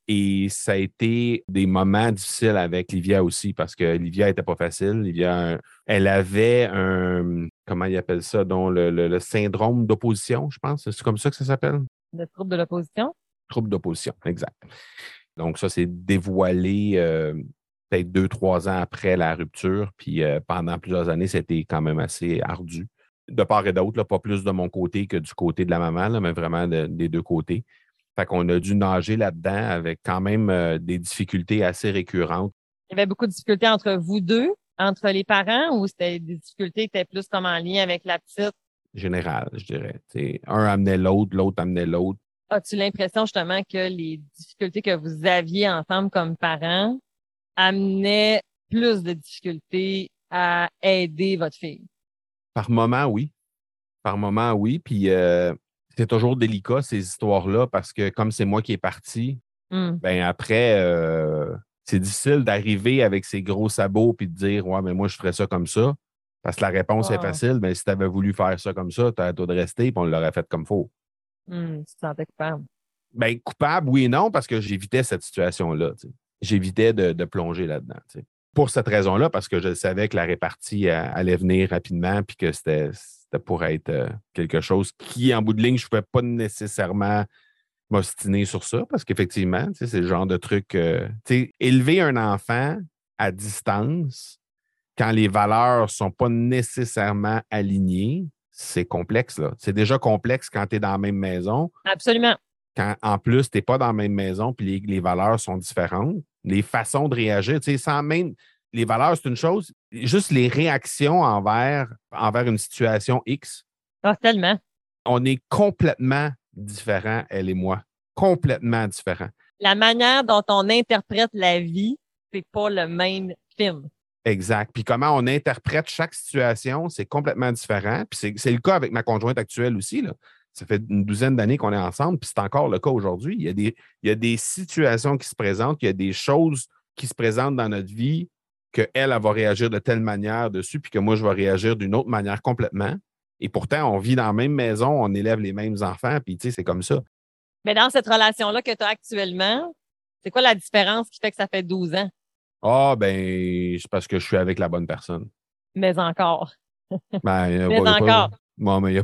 S1: Et ça a été des moments difficiles avec Livia aussi parce que Livia n'était pas facile. Livia, elle avait un, comment il appelle ça, donc le, le, le syndrome d'opposition, je pense. C'est comme ça que ça s'appelle?
S2: Le trouble de l'opposition.
S1: Trouble d'opposition, exact. Donc ça s'est dévoilé euh, peut-être deux, trois ans après la rupture. Puis euh, pendant plusieurs années, c'était quand même assez ardu. De part et d'autre, là, pas plus de mon côté que du côté de la maman, là, mais vraiment de, des deux côtés. Fait qu'on a dû nager là-dedans avec quand même euh, des difficultés assez récurrentes.
S2: Il y avait beaucoup de difficultés entre vous deux, entre les parents, ou c'était des difficultés qui étaient plus comme en lien avec la petite?
S1: Générales, je dirais. T'sais, un amenait l'autre, l'autre amenait l'autre.
S2: As-tu l'impression justement que les difficultés que vous aviez ensemble comme parents amenaient plus de difficultés à aider votre fille?
S1: Par moment, oui. Par moment, oui. Puis euh, c'est toujours délicat, ces histoires-là, parce que comme c'est moi qui est parti,
S2: Mm.
S1: ben après, euh, c'est difficile d'arriver avec ses gros sabots puis de dire ouais, mais moi, je ferais ça comme ça. Parce que la réponse est
S2: Ah.
S1: facile, mais si tu avais voulu faire ça comme ça, tu as à toi de rester, puis on l'aurait fait comme il faut.
S2: Mm. Tu te sentais coupable?
S1: Ben, coupable, oui et non, parce que j'évitais cette situation-là. T'sais. J'évitais de, de plonger là-dedans. T'sais. Pour cette raison-là, parce que je savais que la répartie euh, allait venir rapidement puis que c'était, c'était pour être euh, quelque chose qui, en bout de ligne, je ne pouvais pas nécessairement m'ostiner sur ça parce qu'effectivement, c'est le genre de truc. Euh, élever un enfant à distance quand les valeurs ne sont pas nécessairement alignées, c'est complexe. Là. C'est déjà complexe quand tu es dans la même maison.
S2: Absolument.
S1: Quand en plus, tu n'es pas dans la même maison puis les, les valeurs sont différentes, les façons de réagir, tu sais, sans même. Les valeurs, c'est une chose. Juste les réactions envers, envers une situation X.
S2: Ah, tellement.
S1: On est complètement différents, elle et moi. Complètement différents.
S2: La manière dont on interprète la vie, c'est pas le même film.
S1: Exact. Puis comment on interprète chaque situation, c'est complètement différent. Puis c'est, c'est le cas avec ma conjointe actuelle aussi, là. Ça fait une douzaine d'années qu'on est ensemble, puis c'est encore le cas aujourd'hui. Il y a des, il y a des situations qui se présentent, il y a des choses qui se présentent dans notre vie qu'elle, elle va réagir de telle manière dessus, puis que moi, je vais réagir d'une autre manière complètement. Et pourtant, on vit dans la même maison, on élève les mêmes enfants, puis tu sais, c'est comme ça.
S2: Mais dans cette relation-là que tu as actuellement, c'est quoi la différence qui fait que ça fait douze ans?
S1: Ah, ben, c'est parce que je suis avec la bonne personne.
S2: Mais encore.
S1: Ben, y a
S2: Mais
S1: pas, y a
S2: encore.
S1: Pas... Bon, mais il n'y a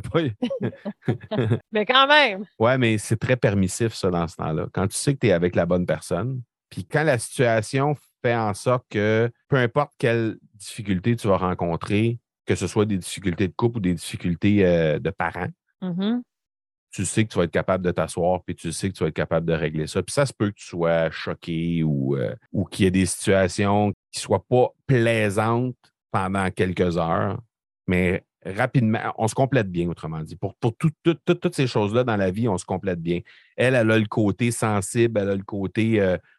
S1: pas.
S2: Mais quand même.
S1: Ouais, mais c'est très permissif, ça, dans ce temps-là. Quand tu sais que tu es avec la bonne personne, puis quand la situation fait en sorte que peu importe quelle difficulté tu vas rencontrer, que ce soit des difficultés de couple ou des difficultés euh, de parents,
S2: Mm-hmm.
S1: tu sais que tu vas être capable de t'asseoir, puis tu sais que tu vas être capable de régler ça. Puis ça se peut que tu sois choqué ou, euh, ou qu'il y ait des situations qui ne soient pas plaisantes pendant quelques heures, mais rapidement, on se complète bien, autrement dit. Pour, pour tout, tout, tout, toutes ces choses-là dans la vie, on se complète bien. Elle, elle a le côté sensible, elle a le côté euh,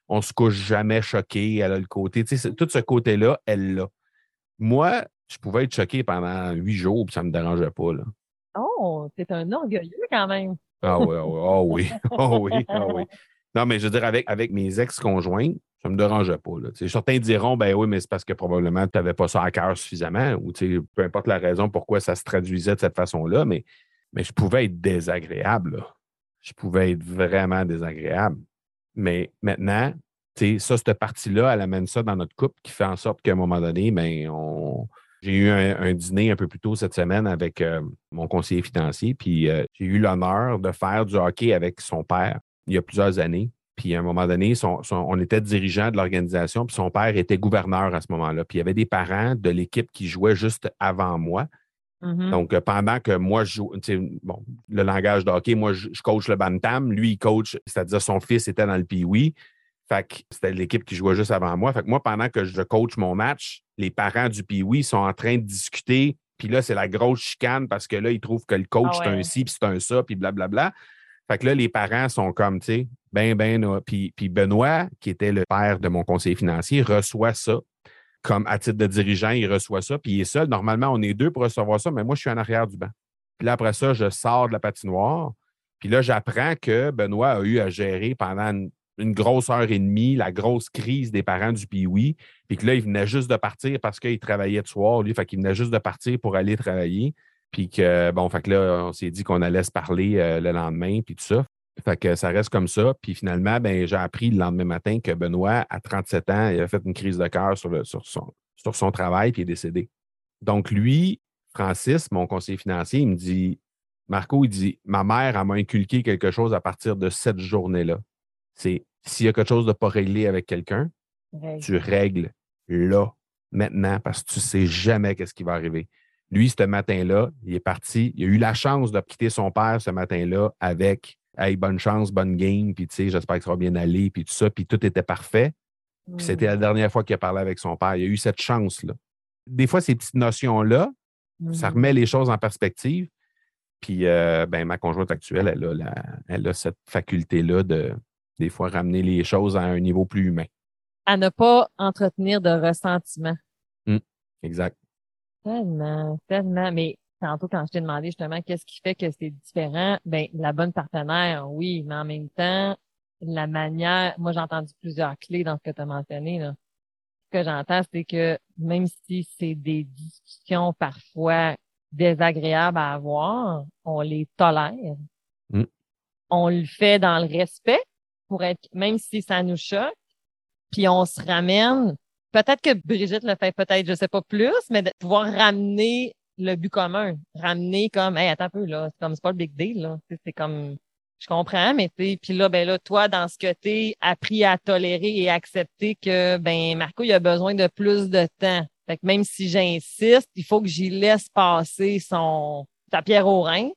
S1: On se couche jamais choqué. Elle a le côté, tu sais, tout ce côté-là, elle l'a. Moi, je pouvais être choqué pendant huit jours, puis ça ne me dérangeait pas, là.
S2: Oh, t'es un orgueilleux quand même.
S1: Ah oui, ah oui, ah oui, ah oui, ah oui. Non, mais je veux dire, avec, avec mes ex-conjoints, ça ne me dérangeait pas, là. Tu sais, certains diront, ben oui, mais c'est parce que probablement tu n'avais pas ça à cœur suffisamment, ou tu sais, peu importe la raison pourquoi ça se traduisait de cette façon-là, mais, mais je pouvais être désagréable, là. Je pouvais être vraiment désagréable. Mais maintenant, tu sais, ça, cette partie-là, elle amène ça dans notre couple qui fait en sorte qu'à un moment donné, ben, on. J'ai eu un, un dîner un peu plus tôt cette semaine avec euh, mon conseiller financier, puis euh, j'ai eu l'honneur de faire du hockey avec son père il y a plusieurs années. Puis à un moment donné, son, son- on était dirigeant de l'organisation, puis son père était gouverneur à ce moment-là. Puis il y avait des parents de l'équipe qui jouaient juste avant moi.
S2: Mhm.
S1: Donc, euh, pendant que moi, je joue, tu sais, bon, le langage de hockey, moi, je, je coach le bantam, lui, il coach, c'est-à-dire son fils était dans le Pee-Wee. Fait que c'était l'équipe qui jouait juste avant moi. Fait que moi, pendant que je coach mon match, les parents du Pee-Wee sont en train de discuter. Puis là, c'est la grosse chicane parce que là, ils trouvent que le
S2: Ah
S1: coach, c'est un
S2: ouais.
S1: ci, puis c'est un ça, puis blablabla. Fait que là, les parents sont comme, tu sais, ben, ben, là. Puis, puis Benoît, qui était le père de mon conseiller financier, reçoit ça comme à titre de dirigeant, il reçoit ça, puis il est seul. Normalement, on est deux pour recevoir ça, mais moi, je suis en arrière du banc. Puis là, après ça, je sors de la patinoire. Puis là, j'apprends que Benoît a eu à gérer pendant une, une grosse heure et demie la grosse crise des parents du Pee-Wee. Puis que là, il venait juste de partir parce qu'il travaillait de soir, lui. Fait qu'il venait juste de partir pour aller travailler. Puis que, bon, fait que là, on s'est dit qu'on allait se parler euh, le lendemain, puis tout ça. Fait que ça reste comme ça. Puis finalement, ben, j'ai appris le lendemain matin que Benoît, à trente-sept ans, il a fait une crise de cœur sur, le, sur, son, sur son travail, puis il est décédé. Donc, lui, Francis, mon conseiller financier, il me dit, Marco, il dit, ma mère, elle m'a inculqué quelque chose à partir de cette journée-là. C'est s'il y a quelque chose de pas réglé avec quelqu'un,
S2: Ouais.
S1: tu règles là, maintenant, parce que tu ne sais jamais qu'est-ce qui va arriver. Lui, ce matin-là, il est parti. Il a eu la chance de quitter son père ce matin-là avec hey, bonne chance, bonne game, puis tu sais, j'espère que ça va bien aller, puis tout ça, puis tout était parfait. Puis c'était
S2: Mhm.
S1: la dernière fois qu'il a parlé avec son père. Il a eu cette chance-là. Des fois, ces petites notions-là, ça remet
S2: Mhm.
S1: les choses en perspective. Puis, euh, ben, ma conjointe actuelle, elle a, la- elle a cette faculté-là de, des fois, ramener les choses à un niveau plus humain.
S2: À ne pas entretenir de ressentiment.
S1: Hum, exact.
S2: Tellement, tellement. Mais tantôt, quand je t'ai demandé justement qu'est-ce qui fait que c'est différent, ben la bonne partenaire, oui, mais en même temps, la manière, moi j'ai entendu plusieurs clés dans ce que tu as mentionné, là. Ce que j'entends, c'est que même si c'est des discussions parfois désagréables à avoir, on les tolère.
S1: Hum,
S2: On le fait dans le respect pour être, même si ça nous choque, puis on se ramène. Peut-être que Brigitte le fait peut-être, je sais pas plus, mais de pouvoir ramener le but commun, ramener comme, hey, attends un peu là, c'est comme c'est pas le big deal là, c'est c'est comme, je comprends, mais tu sais, puis là ben là, toi dans ce que t'es appris à tolérer et accepter que ben Marco il a besoin de plus de temps. Fait que même si j'insiste, il faut que j'y laisse passer son sa pierre au rein.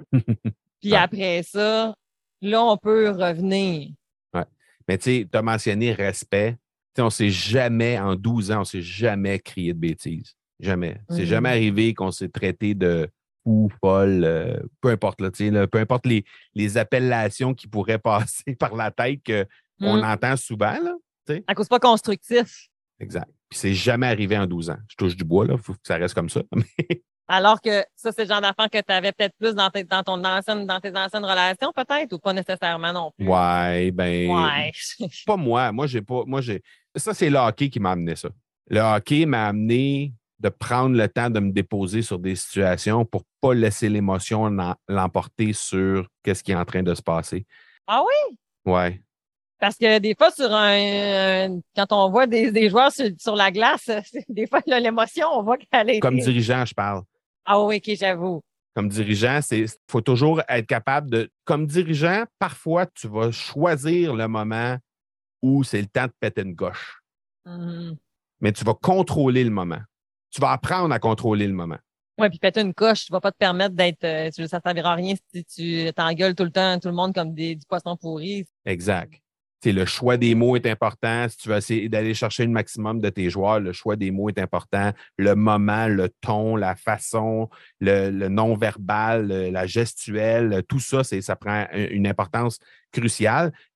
S2: Puis
S1: ouais,
S2: après ça, là on peut revenir.
S1: ouais. Mais tu sais, tu as mentionné respect. Tu sais, on ne s'est jamais, en douze ans, on ne s'est jamais crié de bêtises. Jamais. C'est jamais
S2: Mhm.
S1: arrivé qu'on s'est traité de fou, folle, euh, peu importe, là, tu sais, là, peu importe les, les appellations qui pourraient passer par la tête qu'on
S2: Mhm.
S1: entend souvent, là, tu sais.
S2: À cause pas constructif.
S1: Exact. Puis c'est jamais arrivé en douze ans. Je touche du bois, là, il faut que ça reste comme ça.
S2: Alors que ça, c'est le genre d'affaires que tu avais peut-être plus dans tes, dans ton ancienne, dans tes anciennes relations, peut-être, ou pas nécessairement non plus.
S1: Ouais, ben,
S2: Ouais.
S1: pas moi. Moi, j'ai pas. Moi, j'ai. Ça, c'est le hockey qui m'a amené ça. Le hockey m'a amené de prendre le temps de me déposer sur des situations pour pas laisser l'émotion l'em- l'emporter sur qu'est-ce qui est en train de se passer.
S2: Ah oui?
S1: Ouais.
S2: Parce que des fois, sur un, un- quand on voit des, des joueurs sur, sur la glace, c'est- des fois, là, l'émotion, on voit qu'elle a
S1: Comme
S2: été.
S1: dirigeant, je parle.
S2: Ah oui, ok, j'avoue.
S1: Comme dirigeant, c'est faut toujours être capable de. Comme dirigeant, parfois, tu vas choisir le moment où c'est le temps de péter une coche.
S2: Mhm.
S1: Mais tu vas contrôler le moment. Tu vas apprendre à contrôler le moment.
S2: Ouais, puis péter une coche, tu vas pas te permettre d'être, euh, tu- ça ne servira à rien si tu t'engueules tout le temps, tout le monde comme des, du poisson pourri.
S1: Exact. T'sais, le choix des mots est important. Si tu veux essayer d'aller chercher le maximum de tes joueurs, le choix des mots est important. Le moment, le ton, la façon, le, le non-verbal, le- la gestuelle, tout ça, c'est, ça prend une importance cruciale. Puis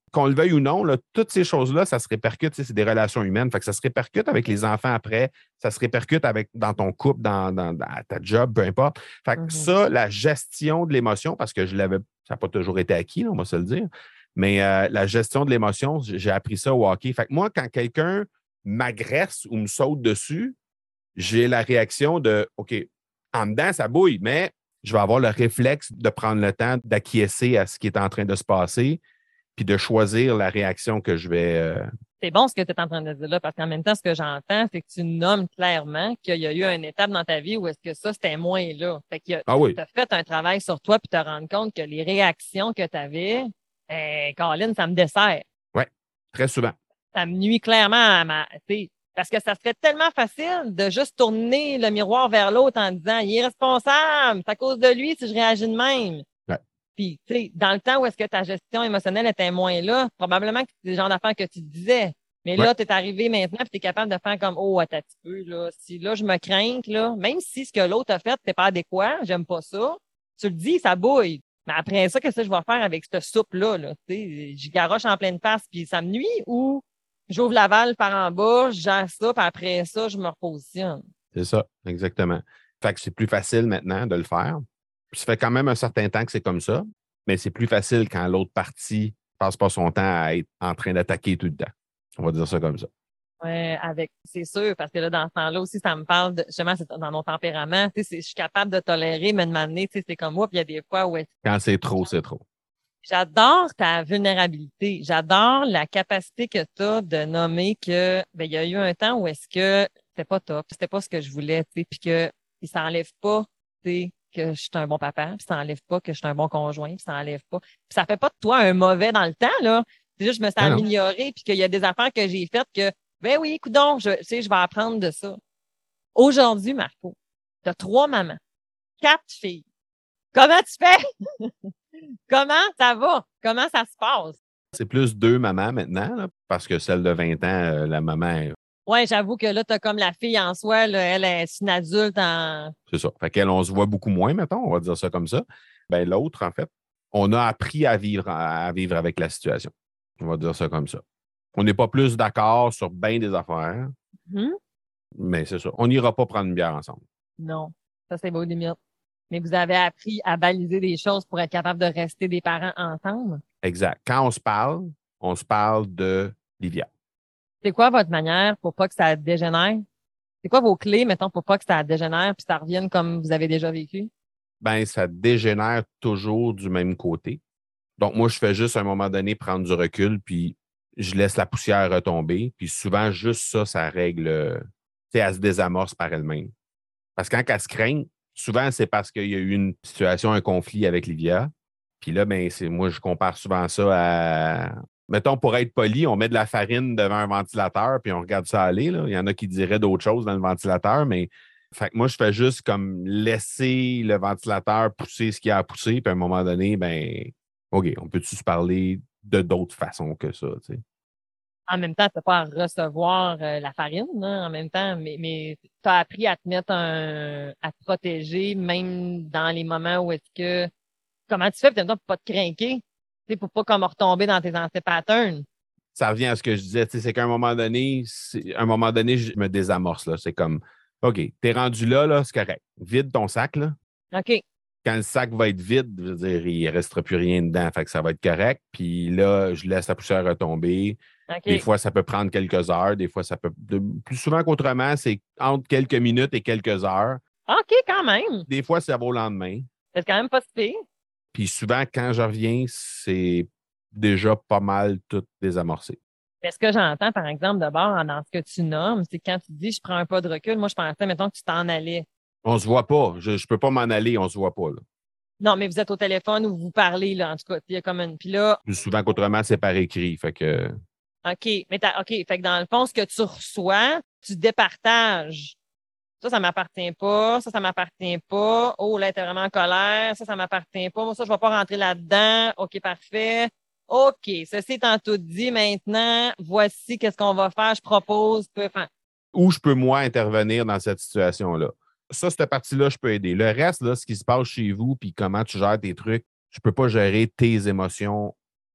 S1: qu'on le veuille ou non, là, toutes ces choses-là, ça se répercute, c'est des relations humaines. Fait que ça se répercute avec les enfants après, ça se répercute avec, dans ton couple, dans, dans, dans ta job, peu importe. Fait que
S2: Mhm.
S1: ça, la gestion de l'émotion, parce que je l'avais, ça n'a pas toujours été acquis, là, on va se le dire, mais euh, la gestion de l'émotion, j'ai appris ça au hockey. Fait que moi, quand quelqu'un m'agresse ou me saute dessus, j'ai la réaction de OK, en dedans, ça bouille, mais je vais avoir le réflexe de prendre le temps d'acquiescer à ce qui est en train de se passer, puis de choisir la réaction que je vais. Euh...
S2: C'est bon ce que tu es en train de dire là, parce qu'en même temps, ce que j'entends, c'est que tu nommes clairement qu'il y a eu une étape dans ta vie où est-ce que ça, c'était moins là. Fait que tu
S1: Ah oui.
S2: as fait un travail sur toi puis te rendre compte que les réactions que tu avais, eh, Colin, ça me dessert.
S1: Oui, très souvent.
S2: Ça me nuit clairement à ma. Parce que ça serait tellement facile de juste tourner le miroir vers l'autre en disant il est responsable, c'est à cause de lui si je réagis de même.
S1: Ouais.
S2: Puis, tu sais, dans le temps où est-ce que ta gestion émotionnelle était moins là, probablement que c'est le genre d'affaires que tu disais. Mais
S1: ouais.
S2: là, tu es arrivé maintenant puis tu es capable de faire comme oh, attends un petit peu, là. Si là, je me crains, là, même si ce que l'autre a fait, c'est pas adéquat, j'aime pas ça, tu le dis, ça bouille. Mais après ça, qu'est-ce que je vais faire avec cette soupe-là, là? Tu sais, j'y garoche en pleine face puis ça me nuit ou j'ouvre la valve par en bas, je gère ça, puis après ça, je me repositionne.
S1: C'est ça, exactement. Fait que c'est plus facile maintenant de le faire. Puis ça fait quand même un certain temps que c'est comme ça, mais c'est plus facile quand l'autre partie passe pas son temps à être en train d'attaquer tout le temps. On va dire ça comme ça.
S2: Ouais, avec, c'est sûr, parce que là, dans ce temps-là aussi, ça me parle de, justement, c'est dans mon tempérament, tu sais, je suis capable de tolérer, mais de m'amener, tu sais, c'est comme moi, puis il y a des fois où
S1: quand c'est trop, c'est trop.
S2: J'adore ta vulnérabilité. J'adore la capacité que tu as de nommer que ben il y a eu un temps où est-ce que c'était pas top, c'était pas ce que je voulais, tu sais, puis que il s'enlève pas, tu sais, que je suis un bon papa, puis ça enlève pas que je suis un bon conjoint, puis ça enlève pas. Puis ça fait pas de toi un mauvais dans le temps là. C'est juste que je me suis
S1: Ah
S2: améliorée puis qu'il y a des affaires que j'ai faites que ben oui, coudonc, je tu sais, je vais apprendre de ça. Aujourd'hui, Marco, tu as trois mamans, quatre filles. Comment tu fais? Comment ça va? Comment ça se passe?
S1: C'est plus deux mamans maintenant, là, parce que celle de vingt ans, euh, la maman,
S2: ouais, j'avoue que là, tu as comme la fille en soi, là, elle est une adulte en.
S1: c'est ça. Fait qu'elle, on se voit beaucoup moins, mettons, on va dire ça comme ça. Ben, l'autre, en fait, on a appris à vivre, à vivre avec la situation. On va dire ça comme ça. On n'est pas plus d'accord sur bien des affaires,
S2: Hmm?
S1: mais c'est ça. On n'ira pas prendre une bière ensemble.
S2: Non, ça, c'est vos limites. Mais vous avez appris à baliser des choses pour être capable de rester des parents ensemble.
S1: Exact. Quand on se parle, on se parle de Livia.
S2: C'est quoi votre manière pour pas que ça dégénère? C'est quoi vos clés, mettons, pour pas que ça dégénère puis ça revienne comme vous avez déjà vécu?
S1: Ben, ça dégénère toujours du même côté. Donc, moi, je fais juste à un moment donné prendre du recul, puis je laisse la poussière retomber. Puis souvent, juste ça, ça règle. euh, Tu sais, elle se désamorce par elle-même. Parce que quand elle se craigne, souvent, c'est parce qu'il y a eu une situation, un conflit avec Livia. Puis là, ben, c'est, moi, je compare souvent ça à. Mettons, pour être poli, on met de la farine devant un ventilateur, puis on regarde ça aller. Là. Il y en a qui diraient d'autres choses dans le ventilateur, mais fait que moi, je fais juste comme laisser le ventilateur pousser ce qu'il y a à pousser, puis à un moment donné, ben, OK, on peut-tu se parler de d'autres façons que ça, tu sais?
S2: En même temps, tu n'as pas à recevoir euh, la farine, hein, en même temps, mais, mais tu as appris à te mettre un, à te protéger, même dans les moments où est-ce que, comment tu fais peut-être pour pas te craquer, tu sais, pour pas comme retomber dans tes anciens patterns.
S1: Ça revient à ce que je disais, tu sais, c'est qu'à un moment donné, c'est- à un moment donné, je me désamorce, là. C'est comme, OK, t'es rendu là, là, c'est correct. Vide ton sac, là.
S2: OK.
S1: Quand le sac va être vide, je veux dire, il ne restera plus rien dedans, fait que ça va être correct. Puis là, je laisse la poussière retomber.
S2: OK.
S1: Des fois, ça peut prendre quelques heures. Des fois, ça peut. de- plus souvent qu'autrement, c'est entre quelques minutes et quelques heures.
S2: OK, quand même.
S1: Des fois, ça va au lendemain.
S2: C'est quand même pas si pire.
S1: Puis souvent, quand je reviens, c'est déjà pas mal tout désamorcé.
S2: Mais ce que j'entends, par exemple, d'abord, dans ce que tu nommes, c'est quand tu dis je prends un pas de recul, moi, je pensais, mettons, que tu t'en allais.
S1: On se voit pas. Je ne peux pas m'en aller, on se voit pas. Là.
S2: Non, mais vous êtes au téléphone ou vous parlez, là, en tout cas. Il y a comme une. Puis là,
S1: Plus souvent qu'autrement, c'est par écrit. Fait que.
S2: OK. Mais t'as, OK. Fait que dans le fond, ce que tu reçois, tu départages. Ça, ça m'appartient pas. Ça, ça m'appartient pas. Oh, là, t'es vraiment en colère. Ça, ça m'appartient pas. Moi, ça, je vais pas rentrer là-dedans. OK, parfait. OK. Ceci étant tout dit, maintenant, voici qu'est-ce qu'on va faire. Je propose. Enfin,
S1: Où je peux, moi, intervenir dans cette situation-là. Ça, cette partie-là, je peux aider. Le reste, là, ce qui se passe chez vous, puis comment tu gères tes trucs, je peux pas gérer tes émotions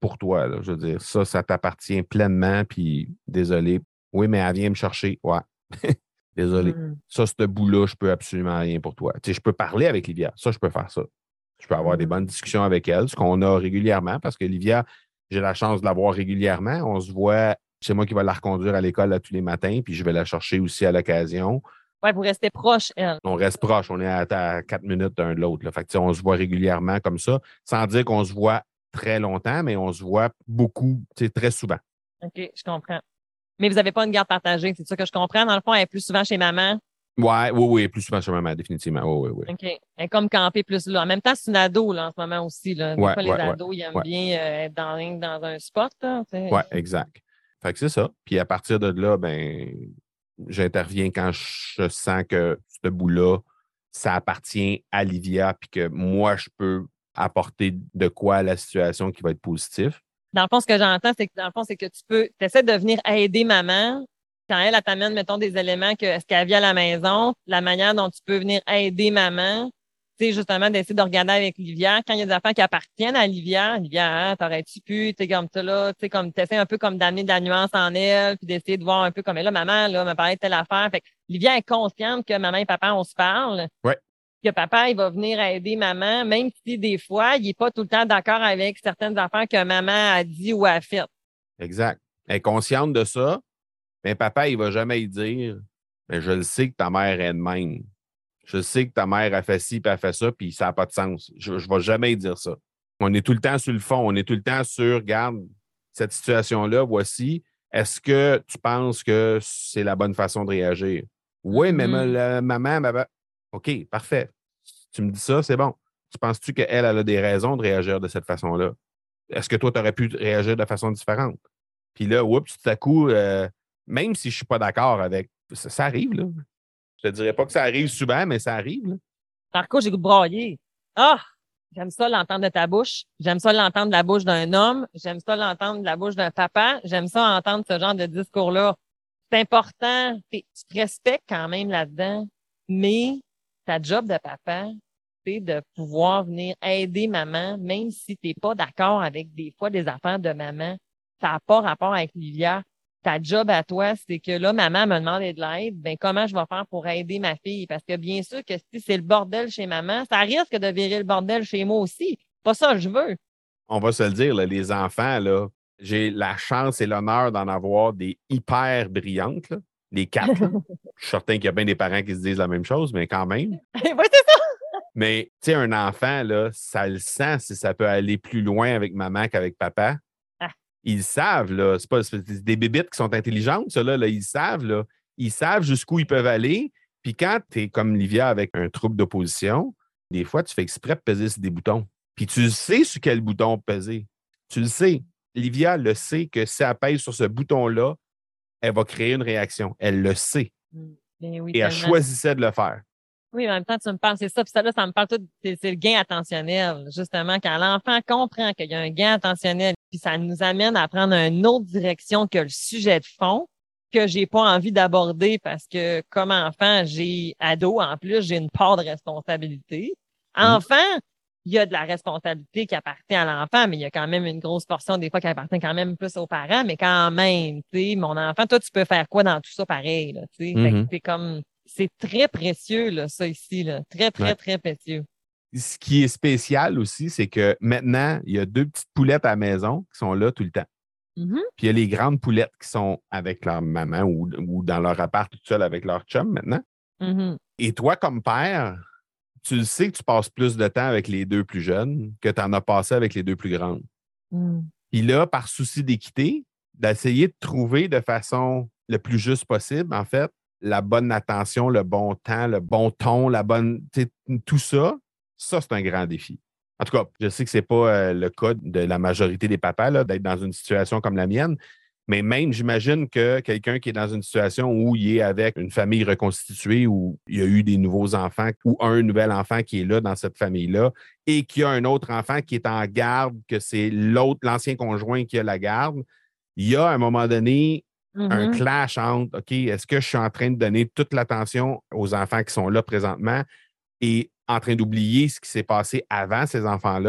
S1: pour toi. Là. Je veux dire, ça, ça t'appartient pleinement. Puis, désolé. Oui, mais elle vient me chercher. Ouais. Désolé.
S2: Mm.
S1: Ça, ce bout-là, je peux absolument rien pour toi. Tu sais, je peux parler avec Livia. Ça, je peux faire ça. Je peux avoir mm. des bonnes discussions avec elle, ce qu'on a régulièrement, parce que Livia, j'ai la chance de la voir régulièrement. On se voit, c'est moi qui vais la reconduire à l'école là, tous les matins, puis je vais la chercher aussi à l'occasion.
S2: Oui, vous restez proche, elle.
S1: On reste proche. On est à, à quatre minutes d'un de l'autre. Là. Fait que, on se voit régulièrement comme ça, sans dire qu'on se voit très longtemps, mais on se voit beaucoup, très souvent.
S2: OK, je comprends. Mais vous n'avez pas une garde partagée, c'est ça que je comprends. Dans le fond, elle est plus souvent chez maman.
S1: Ouais, oui, oui, plus souvent chez maman, définitivement. Oui, oui, oui.
S2: OK. Elle est comme campée plus là. En même temps, c'est une ado là, en ce moment aussi. Là. Des
S1: ouais,
S2: fois, les
S1: ouais,
S2: ados,
S1: ouais,
S2: ils aiment
S1: ouais.
S2: bien euh, être dans, dans un spot.
S1: Oui, exact. Fait que c'est ça. Puis à partir de là, ben, j'interviens quand je sens que ce bout-là, ça appartient à Livia, puis que moi, je peux apporter de quoi à la situation qui va être positif.
S2: Dans le fond, ce que j'entends, c'est que dans le fond, c'est que tu peux, tu essaies de venir aider maman. Quand elle, elle t'amène, mettons, des éléments que ce qu'elle vit à la maison, la manière dont tu peux venir aider maman, tu sais, justement, d'essayer de regarder avec Livia. Quand il y a des affaires qui appartiennent à Livia, Livia, hein, t'aurais-tu pu, tu sais, comme ça, là, tu sais, comme, t'essaies un peu comme d'amener de la nuance en elle, puis d'essayer de voir un peu comme, là, maman, là, m'a parlé de telle affaire. Fait que Livia est consciente que maman et papa, on se parle.
S1: Ouais.
S2: Que papa, il va venir aider maman, même si des fois, il n'est pas tout le temps d'accord avec certaines affaires que maman a dit ou a faites.
S1: Exact. Elle est consciente de ça, mais papa, il ne va jamais y dire, mais je le sais que ta mère est de même. Je sais que ta mère a fait ci, puis a fait ça, puis ça n'a pas de sens. Je ne vais jamais dire ça. On est tout le temps sur le fond. On est tout le temps sur, regarde, cette situation-là, voici. Est-ce que tu penses que c'est la bonne façon de réagir? Oui, mm-hmm. mais ma, la, maman, maman. OK, parfait. Si tu me dis ça, c'est bon. Tu penses-tu qu'elle, elle a des raisons de réagir de cette façon-là? Est-ce que toi, tu aurais pu réagir de façon différente? Puis là, oups, tout à coup, euh, même si je ne suis pas d'accord avec, ça, ça arrive, là. Je ne te dirais pas que ça arrive souvent, mais ça arrive. Là.
S2: Par contre, j'ai goût de brailler. Ah! J'aime ça l'entendre de ta bouche. J'aime ça l'entendre de la bouche d'un homme. J'aime ça l'entendre de la bouche d'un papa. J'aime ça entendre ce genre de discours-là. C'est important. Tu te respectes quand même là-dedans, mais ta job de papa, c'est de pouvoir venir aider maman, même si tu n'es pas d'accord avec des fois des affaires de maman. Ça n'a pas rapport avec Livia. Ta job à toi, c'est que là, maman me demandé de l'aide, ben comment je vais faire pour aider ma fille? Parce que bien sûr que si c'est le bordel chez maman, ça risque de virer le bordel chez moi aussi. Pas ça que je veux.
S1: On va se le dire, là, les enfants, là, j'ai la chance et l'honneur d'en avoir des hyper brillantes, là, les quatre. Là. Je suis certain qu'il y a bien des parents qui se disent la même chose, mais quand même.
S2: Oui, c'est ça!
S1: Mais tu sais, un enfant, là, ça le sent si ça peut aller plus loin avec maman qu'avec papa. Ils savent, là, c'est pas c'est des bébites qui sont intelligentes, ça, là, là, ils savent, là. Ils savent jusqu'où ils peuvent aller. Puis quand tu es comme Livia avec un trouble d'opposition, des fois, tu fais exprès de peser sur des boutons. Puis tu sais sur quel bouton peser. Tu le sais. Livia le sait que si elle pèse sur ce bouton-là, elle va créer une réaction. Elle le sait.
S2: Mais oui,
S1: Et elle choisissait de le faire.
S2: Oui, mais en même temps, tu me parles, c'est ça. Puis ça, là, ça me parle tout, c'est, c'est le gain attentionnel. Justement, quand l'enfant comprend qu'il y a un gain attentionnel, puis ça nous amène à prendre une autre direction que le sujet de fond, que j'ai pas envie d'aborder parce que, comme enfant, j'ai ado, en plus, j'ai une part de responsabilité. Enfant, mmh. il y a de la responsabilité qui appartient à l'enfant, mais il y a quand même une grosse portion, des fois, qui appartient quand même plus aux parents, mais quand même, tu sais, mon enfant, toi, tu peux faire quoi dans tout ça pareil, là, tu sais? Mmh. Fait que c'est comme, c'est très précieux, là, ça ici, là. Très, très, ouais. très précieux.
S1: Ce qui est spécial aussi, c'est que maintenant, il y a deux petites poulettes à la maison qui sont là tout le temps.
S2: Mm-hmm.
S1: Puis il y a les grandes poulettes qui sont avec leur maman ou, ou dans leur appart tout seul avec leur chum maintenant.
S2: Mm-hmm.
S1: Et toi, comme père, tu le sais que tu passes plus de temps avec les deux plus jeunes que tu en as passé avec les deux plus grandes.
S2: Mm.
S1: Puis là, par souci d'équité, d'essayer de trouver de façon le plus juste possible, en fait, la bonne attention, le bon temps, le bon ton, la bonne, tout ça, ça, c'est un grand défi. En tout cas, je sais que ce n'est pas euh, le cas de la majorité des papas là, d'être dans une situation comme la mienne, mais même, j'imagine que quelqu'un qui est dans une situation où il est avec une famille reconstituée, où il y a eu des nouveaux enfants ou un nouvel enfant qui est là dans cette famille-là et qu'il y a un autre enfant qui est en garde, que c'est l'autre, l'ancien conjoint qui a la garde, il y a à un moment donné Mm-hmm. un clash entre, OK, est-ce que je suis en train de donner toute l'attention aux enfants qui sont là présentement et en train d'oublier ce qui s'est passé avant ces enfants-là?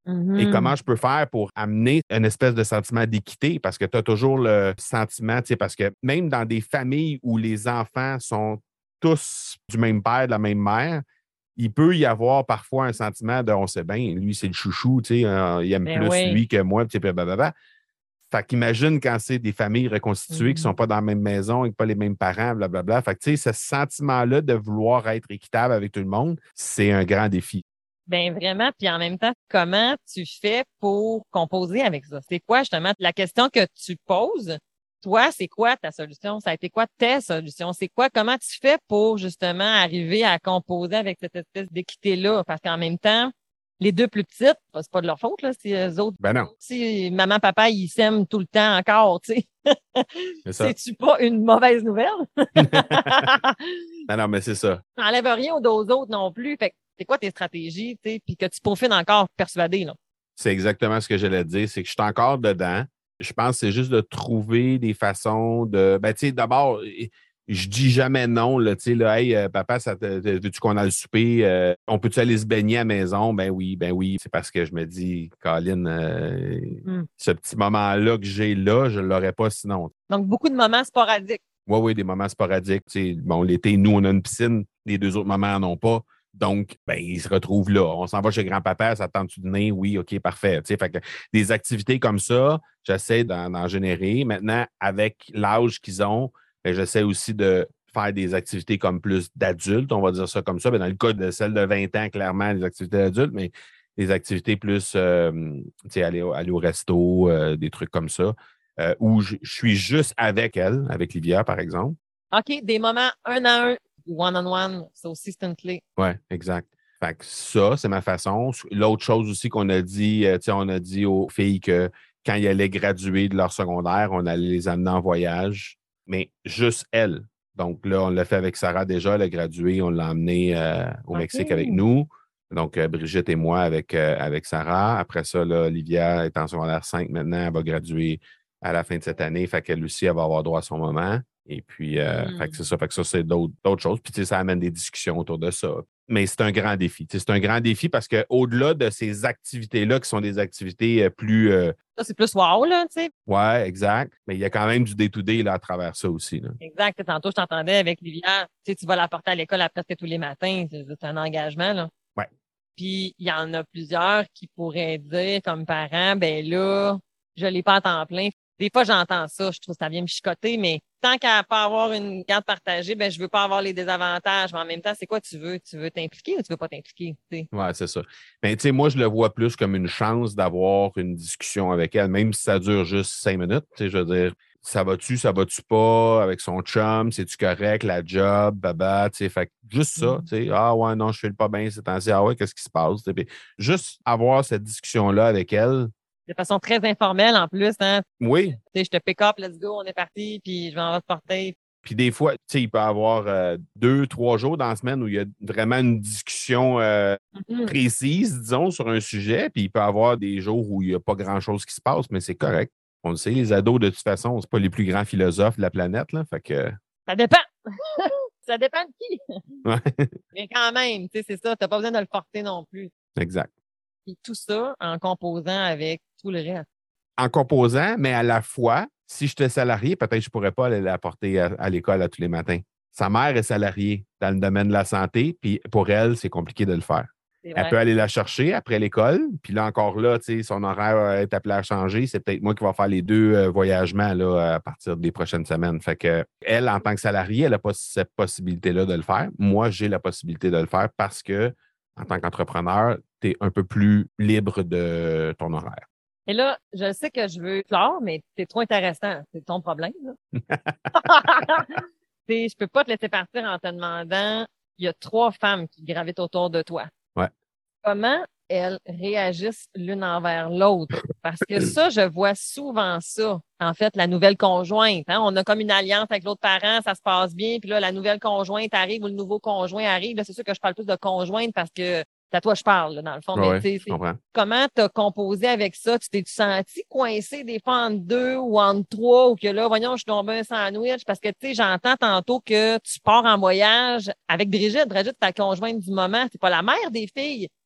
S2: Mm-hmm.
S1: Et comment je peux faire pour amener une espèce de sentiment d'équité? Parce que tu as toujours le sentiment, tu sais, parce que même dans des familles où les enfants sont tous du même père, de la même mère, il peut y avoir parfois un sentiment de on sait bien, lui, c'est le chouchou, tu sais, euh, il aime
S2: Ben
S1: plus
S2: oui.
S1: lui que moi, tu sais, blablabla. Fait qu'imagine quand c'est des familles reconstituées
S2: Mm-hmm.
S1: qui ne sont pas dans la même maison, avec pas les mêmes parents, blablabla. Fait que, tu sais, ce sentiment-là de vouloir être équitable avec tout le monde, c'est un grand défi.
S2: Ben vraiment, puis en même temps, comment tu fais pour composer avec ça? C'est quoi justement la question que tu poses? Toi, c'est quoi ta solution? Ça a été quoi tes solutions? C'est quoi, comment tu fais pour justement arriver à composer avec cette espèce d'équité-là? Parce qu'en même temps, les deux plus petites, c'est pas de leur faute, là, si eux autres.
S1: Ben non.
S2: Si maman, papa, ils s'aiment tout le temps encore, tu sais.
S1: C'est ça.
S2: C'est-tu pas une mauvaise nouvelle?
S1: Ben non, mais c'est ça.
S2: N'enlève rien aux deux autres non plus. Fait que c'est quoi tes stratégies, tu sais, puis que tu peaufines encore persuadé, là?
S1: C'est exactement ce que j'allais dire, c'est que je suis encore dedans. Je pense que c'est juste de trouver des façons de. Ben, tu sais, d'abord, je dis jamais non, là, tu sais, là, hey, euh, papa, ça te, veux-tu qu'on a le souper? Euh, on peut-tu aller se baigner à la maison? Ben oui, ben oui. C'est parce que je me dis, Colin, euh, mm. ce petit moment-là que j'ai là, je ne l'aurais pas sinon.
S2: Donc, beaucoup de moments sporadiques.
S1: Oui, oui, des moments sporadiques. Tu sais, bon, l'été, nous, on a une piscine, les deux autres mamans n'en ont pas. Donc, ben, ils se retrouvent là. On s'en va chez grand-papa, ça tente-tu de dîner? Oui, OK, parfait. Tu sais, fait que des activités comme ça, j'essaie d'en, d'en générer. Maintenant, avec l'âge qu'ils ont, ben, j'essaie aussi de faire des activités comme plus d'adultes, on va dire ça comme ça. Ben, dans le cas de celle de vingt ans, clairement, les activités d'adultes, mais des activités plus, euh, tu sais, aller, aller au resto, euh, des trucs comme ça, euh, où je, je suis juste avec elle, avec Livia, par exemple.
S2: OK, des moments un à un. One-on-one, ça aussi, c'est une clé.
S1: Oui, exact. Fait que ça, c'est ma façon. L'autre chose aussi qu'on a dit, euh, tu sais, on a dit aux filles que quand ils allaient graduer de leur secondaire, on allait les amener en voyage, mais juste elles. Donc là, on l'a fait avec Sarah déjà, elle a gradué, on l'a emmenée euh, au okay. Mexique avec nous. Donc, euh, Brigitte et moi avec, euh, avec Sarah. Après ça, là, Olivia est en secondaire cinq maintenant, elle va graduer à la fin de cette année. Fait qu'elle aussi, elle va avoir droit à son moment. Et puis, euh, mm. fait que c'est ça. Fait que ça, c'est d'autres, d'autres choses. Puis, tu sais, ça amène des discussions autour de ça. Mais c'est un grand défi. Tu sais, c'est un grand défi parce qu'au-delà de ces activités-là, qui sont des activités plus... Euh...
S2: Ça, c'est plus wow, là, tu sais.
S1: Oui, exact. Mais il y a quand même du day-to-day là, à travers ça aussi. Là.
S2: Exact. Tantôt, je t'entendais avec Livia. Tu sais, tu vas la porter à l'école à presque tous les matins. C'est, c'est un engagement, là.
S1: Oui.
S2: Puis, il y en a plusieurs qui pourraient dire, comme parents, ben là, je l'ai pas à temps plein. Des fois, j'entends ça, je trouve que ça vient me chicoter, mais tant qu'à pas avoir une garde partagée, ben je veux pas avoir les désavantages. Mais en même temps, c'est quoi tu veux? Tu veux t'impliquer ou tu veux pas t'impliquer? Oui,
S1: c'est ça. Mais tu sais, moi, je le vois plus comme une chance d'avoir une discussion avec elle, même si ça dure juste cinq minutes. Tu sais, je veux dire, ça va-tu, ça va-tu pas avec son chum? C'est-tu correct, la job, baba? Tu sais, fait juste ça, tu sais, ah ouais, non, je fais le pas bien ces temps-ci. Ah ouais, qu'est-ce qui se passe? Puis, juste avoir cette discussion-là avec elle.
S2: De façon très informelle en plus, hein?
S1: Oui.
S2: Tu sais, je te pick up, let's go, on est parti, puis je vais en te porter.
S1: Puis des fois, tu sais, il peut y avoir euh, deux, trois jours dans la semaine où il y a vraiment une discussion euh, mm-hmm. précise, disons, sur un sujet. Puis il peut y avoir des jours où il n'y a pas grand-chose qui se passe, mais c'est correct. On le sait, les ados, de toute façon, c'est pas les plus grands philosophes de la planète, là. Fait que...
S2: Ça dépend. Ça dépend de qui.
S1: Ouais.
S2: Mais quand même, tu sais, c'est ça. T'as pas besoin de le porter non plus.
S1: Exact.
S2: Et tout ça en composant avec tout le reste.
S1: En composant, mais à la fois, si j'étais salarié, peut-être que je ne pourrais pas aller la porter à, à l'école à tous les matins. Sa mère est salariée dans le domaine de la santé, puis pour elle, c'est compliqué de le faire. Elle peut aller la chercher après l'école, puis là encore là, tu sais, son horaire est appelé à changer. C'est peut-être moi qui vais faire les deux euh, voyagements là, à partir des prochaines semaines. Fait que elle, en tant que salariée, elle n'a pas cette possibilité-là de le faire. Moi, j'ai la possibilité de le faire parce que, en tant qu'entrepreneur, tu es un peu plus libre de ton horaire.
S2: Et là, je sais que je veux clore, mais c'est trop intéressant. C'est ton problème, là. Je peux pas te laisser partir en te demandant, il y a trois femmes qui gravitent autour de toi.
S1: Ouais.
S2: Comment elles réagissent l'une envers l'autre? Parce que ça, je vois souvent ça. En fait, la nouvelle conjointe, hein? On a comme une alliance avec l'autre parent, ça se passe bien, puis là, la nouvelle conjointe arrive ou le nouveau conjoint arrive. Là, c'est sûr que je parle plus de conjointe parce que c'est à toi que je parle, là, dans le fond.
S1: Ouais,
S2: mais
S1: je comprends.
S2: Comment tu as composé avec ça? Tu t'es-tu senti coincé des fois entre deux ou entre trois ou que là, voyons, je suis tombé un sandwich? Parce que, tu sais, j'entends tantôt que tu pars en voyage avec Brigitte. Brigitte, ta conjointe du moment, c'est pas la mère des filles.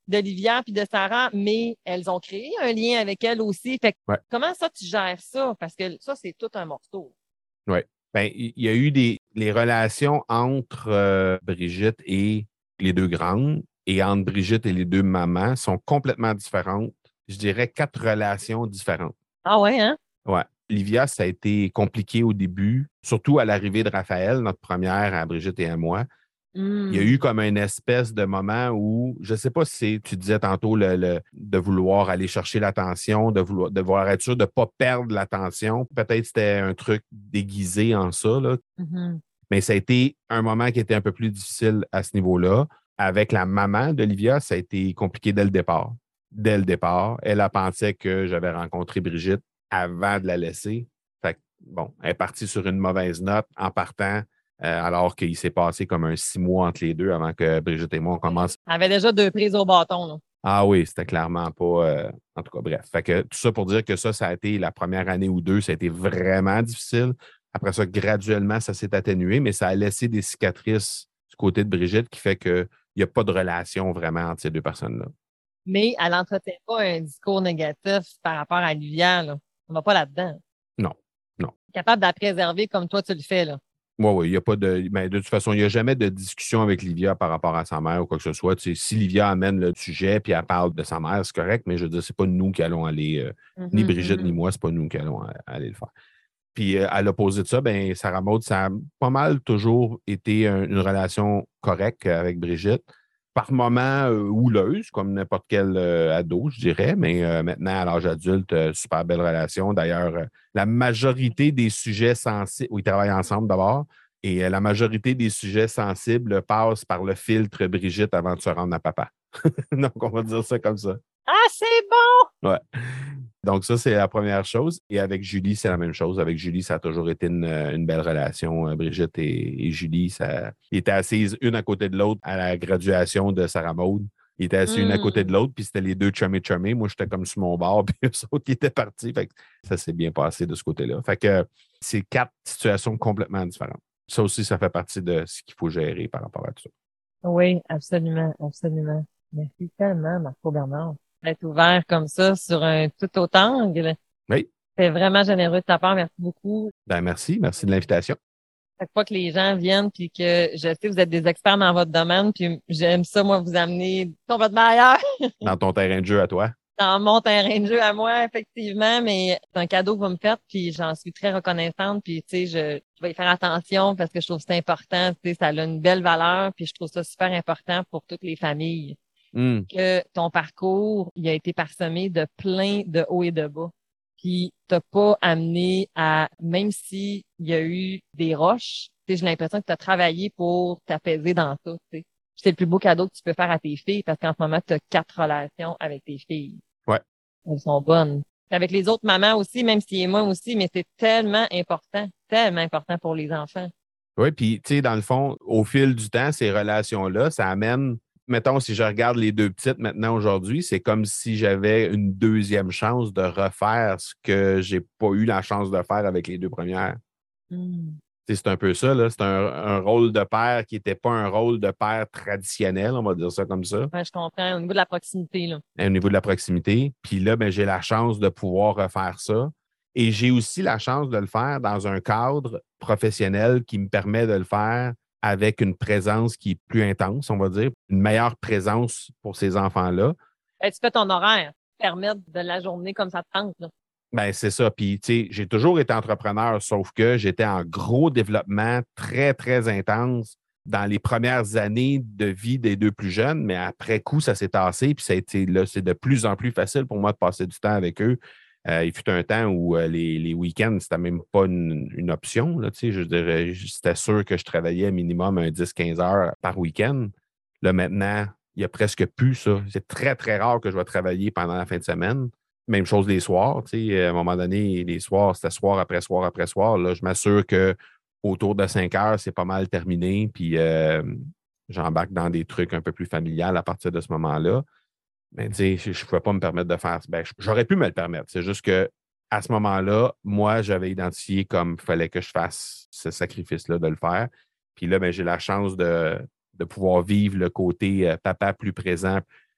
S2: d'Olivia puis de Sarah, mais elles ont créé un lien avec elle aussi. Fait que
S1: Ouais.
S2: comment ça, tu gères ça? Parce que ça, c'est tout un morceau.
S1: Oui. Ben, il y a eu des les relations entre euh, Brigitte et les deux grandes et entre Brigitte et les deux mamans sont complètement différentes. Je dirais quatre relations différentes.
S2: Ah ouais, hein?
S1: Ouais. Livia, ça a été compliqué au début, surtout à l'arrivée de Raphaël, notre première, à Brigitte et à moi. Il y a
S2: Mm.
S1: eu comme une espèce de moment où, je ne sais pas si c'est, tu disais tantôt, le, le- de vouloir aller chercher l'attention, de vouloir, de vouloir être sûr de ne pas perdre l'attention. Peut-être c'était un truc déguisé en ça, là.
S2: Mhm.
S1: Mais ça a été un moment qui était un peu plus difficile à ce niveau-là. Avec la maman d'Olivia, ça a été compliqué dès le départ. Dès le départ, elle a pensé que j'avais rencontré Brigitte avant de la laisser. Fait que, bon, elle est partie sur une mauvaise note en partant, euh, alors qu'il s'est passé comme un six mois entre les deux avant que Brigitte et moi, on commence.
S2: Elle avait déjà deux prises au bâton, là.
S1: Ah oui, c'était clairement pas. euh, en tout cas, bref. Fait que tout ça pour dire que ça, ça a été la première année ou deux, ça a été vraiment difficile. Après ça, graduellement, ça s'est atténué, mais ça a laissé des cicatrices du côté de Brigitte qui fait qu'il n'y a pas de relation vraiment entre ces deux personnes-là.
S2: Mais elle n'entretient pas un discours négatif par rapport à Olivia, là. On va pas là-dedans.
S1: Non, non.
S2: Capable de la préserver comme toi, tu le fais, là.
S1: Oui, oui, il n'y a pas de. Mais de toute façon, il n'y a jamais de discussion avec Livia par rapport à sa mère ou quoi que ce soit. Tu sais, si Livia amène le sujet puis elle parle de sa mère, c'est correct, mais je veux dire, c'est pas nous qui allons aller, euh, ni
S2: Mhm,
S1: Brigitte ni
S2: mhm.
S1: moi, c'est pas nous qui allons euh, aller le faire. Puis euh, à l'opposé de ça, ben, Sarah Maud, ça a pas mal toujours été un- une relation correcte avec Brigitte. Par moments euh, houleuse, comme n'importe quel euh, ado, je dirais, mais euh, maintenant, à l'âge adulte, euh, super belle relation. D'ailleurs, euh, la majorité des sujets sensibles, où ils travaillent ensemble d'abord, et euh, la majorité des sujets sensibles passent par le filtre Brigitte avant de se rendre à papa. Donc, on va dire ça comme ça.
S2: Ah, c'est bon!
S1: Ouais. Donc, ça, c'est la première chose. Et avec Julie, c'est la même chose. Avec Julie, ça a toujours été une, une belle relation. Euh, Brigitte et, et Julie, ça, ils étaient assises une à côté de l'autre à la graduation de Sarah Maud. Ils étaient assis une à côté de
S2: Mm.
S1: l'autre, puis c'était les deux chummy chummy. Moi, j'étais comme sur mon bord, puis eux autres, ils étaient partis. Fait que ça s'est bien passé de ce côté-là. Fait que c'est quatre situations complètement différentes. Ça aussi, ça fait partie de ce qu'il faut gérer par rapport à tout ça.
S2: Oui, absolument, absolument. Merci tellement, Marco Bernard, d'être ouvert comme ça sur un tout autre angle.
S1: Oui.
S2: C'est vraiment généreux de ta part. Merci beaucoup.
S1: Ben, merci. Merci de l'invitation.
S2: Chaque fois que les gens viennent puis que je sais que vous êtes des experts dans votre domaine, puis j'aime ça, moi, vous amener complètement ailleurs,
S1: Dans ton terrain de jeu à toi.
S2: dans mon terrain de jeu à moi, effectivement, mais c'est un cadeau que vous me faites, puis j'en suis très reconnaissante, puis tu sais, je, je vais y faire attention parce que je trouve que c'est important, tu sais, ça a une belle valeur, puis je trouve ça super important pour toutes les familles.
S1: Mm.
S2: Que ton parcours, il a été parsemé de plein de hauts et de bas. Puis t'as pas amené à, même si il y a eu des roches, tu sais, j'ai l'impression que tu as travaillé pour t'apaiser dans ça, tu sais. Puis c'est le plus beau cadeau que tu peux faire à tes filles parce qu'en ce moment, tu as quatre relations avec tes filles.
S1: Ouais.
S2: Elles sont bonnes. Puis avec les autres mamans aussi, même si et moi aussi, mais c'est tellement important, tellement important pour les enfants.
S1: Oui, puis tu sais, dans le fond, au fil du temps, ces relations-là, ça amène, mettons, si je regarde les deux petites maintenant aujourd'hui, c'est comme si j'avais une deuxième chance de refaire ce que j'ai pas eu la chance de faire avec les deux premières.
S2: Mm.
S1: Tu sais, c'est un peu ça, là. C'est un, un rôle de père qui n'était pas un rôle de père traditionnel, on va dire ça comme ça,
S2: Ouais, je comprends. Au niveau de la proximité, là.
S1: au niveau de la proximité. Puis là, ben, j'ai la chance de pouvoir refaire ça. Et j'ai aussi la chance de le faire dans un cadre professionnel qui me permet de le faire avec une présence qui est plus intense, on va dire, une meilleure présence pour ces enfants-là.
S2: Ben, tu fais ton horaire, permettre de la journée comme ça te tente, là.
S1: Ben, c'est ça. Puis, tu sais, j'ai toujours été entrepreneur, sauf que j'étais en gros développement très, très intense dans les premières années de vie des deux plus jeunes, mais après coup, ça s'est tassé, puis ça a été là, c'est de plus en plus facile pour moi de passer du temps avec eux. Euh, il fut un temps où euh, les, les week-ends, c'était même pas une, une option. Là, tu sais, je dirais, c'était sûr que je travaillais minimum un dix quinze heures par week-end. Là, maintenant, il y a presque plus ça. C'est très, très rare que je vais travailler pendant la fin de semaine. Même chose les soirs. Tu sais, à un moment donné, les soirs, c'était soir après soir après soir. Là, je m'assure que autour de cinq heures, c'est pas mal terminé. Puis euh, j'embarque dans des trucs un peu plus familiales à partir de ce moment-là. Mais tu sais, je ne pouvais pas me permettre de faire ça. Ben, j'aurais pu me le permettre. C'est juste que à ce moment-là, moi, j'avais identifié comme il fallait que je fasse ce sacrifice-là de le faire. Puis là, ben, j'ai la chance de, de pouvoir vivre le côté euh, papa plus présent,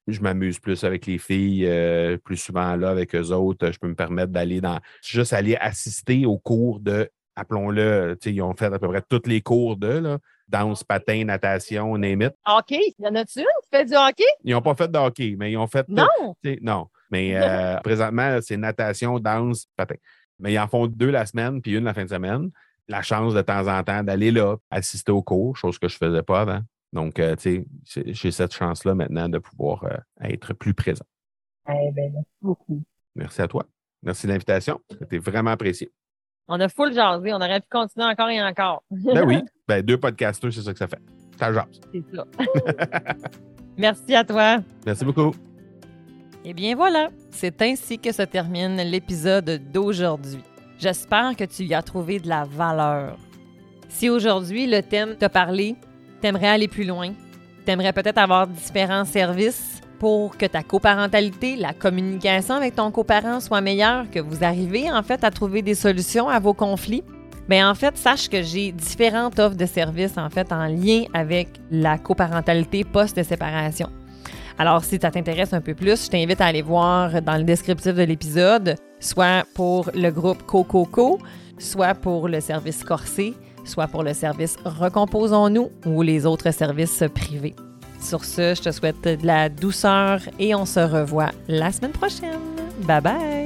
S1: je m'amuse plus avec les filles, euh, plus souvent là avec eux autres. Je peux me permettre d'aller dans, juste aller assister aux cours de, appelons-le, tu sais, ils ont fait à peu près tous les cours de, là, danse, patin, natation, name it.
S2: Hockey, y en a-tu une qui fait du hockey?
S1: Ils n'ont pas fait de hockey, mais ils ont fait...
S2: Non!
S1: Tu sais, non, mais euh, présentement, c'est natation, danse, patin. Mais ils en font deux la semaine, puis une la fin de semaine. La chance de temps en temps d'aller là, assister aux cours, chose que je ne faisais pas avant. Donc, euh, tu sais, j'ai cette chance-là maintenant de pouvoir euh, être plus présent.
S2: Eh bien, merci beaucoup.
S1: Merci à toi. Merci de l'invitation. C'était vraiment apprécié.
S2: On a full jasé. On aurait pu continuer encore et encore.
S1: Ben oui. Ben, deux podcasteurs, c'est ça que ça fait. Ça jase.
S2: C'est ça. Merci à toi.
S1: Merci beaucoup.
S2: Eh bien voilà, c'est ainsi que se termine l'épisode d'aujourd'hui. J'espère que tu y as trouvé de la valeur. Si aujourd'hui le thème t'a parlé, t'aimerais aller plus loin, t'aimerais peut-être avoir différents services pour que ta coparentalité, la communication avec ton coparent soit meilleure, que vous arrivez en fait à trouver des solutions à vos conflits, bien en fait, sache que j'ai différentes offres de services en fait en lien avec la coparentalité post-séparation. Alors, si ça t'intéresse un peu plus, je t'invite à aller voir dans le descriptif de l'épisode, soit pour le groupe CoCoCo, soit pour le service Corsé, soit pour le service Recomposons-nous ou les autres services privés. Sur ce, je te souhaite de la douceur et on se revoit la semaine prochaine. Bye bye!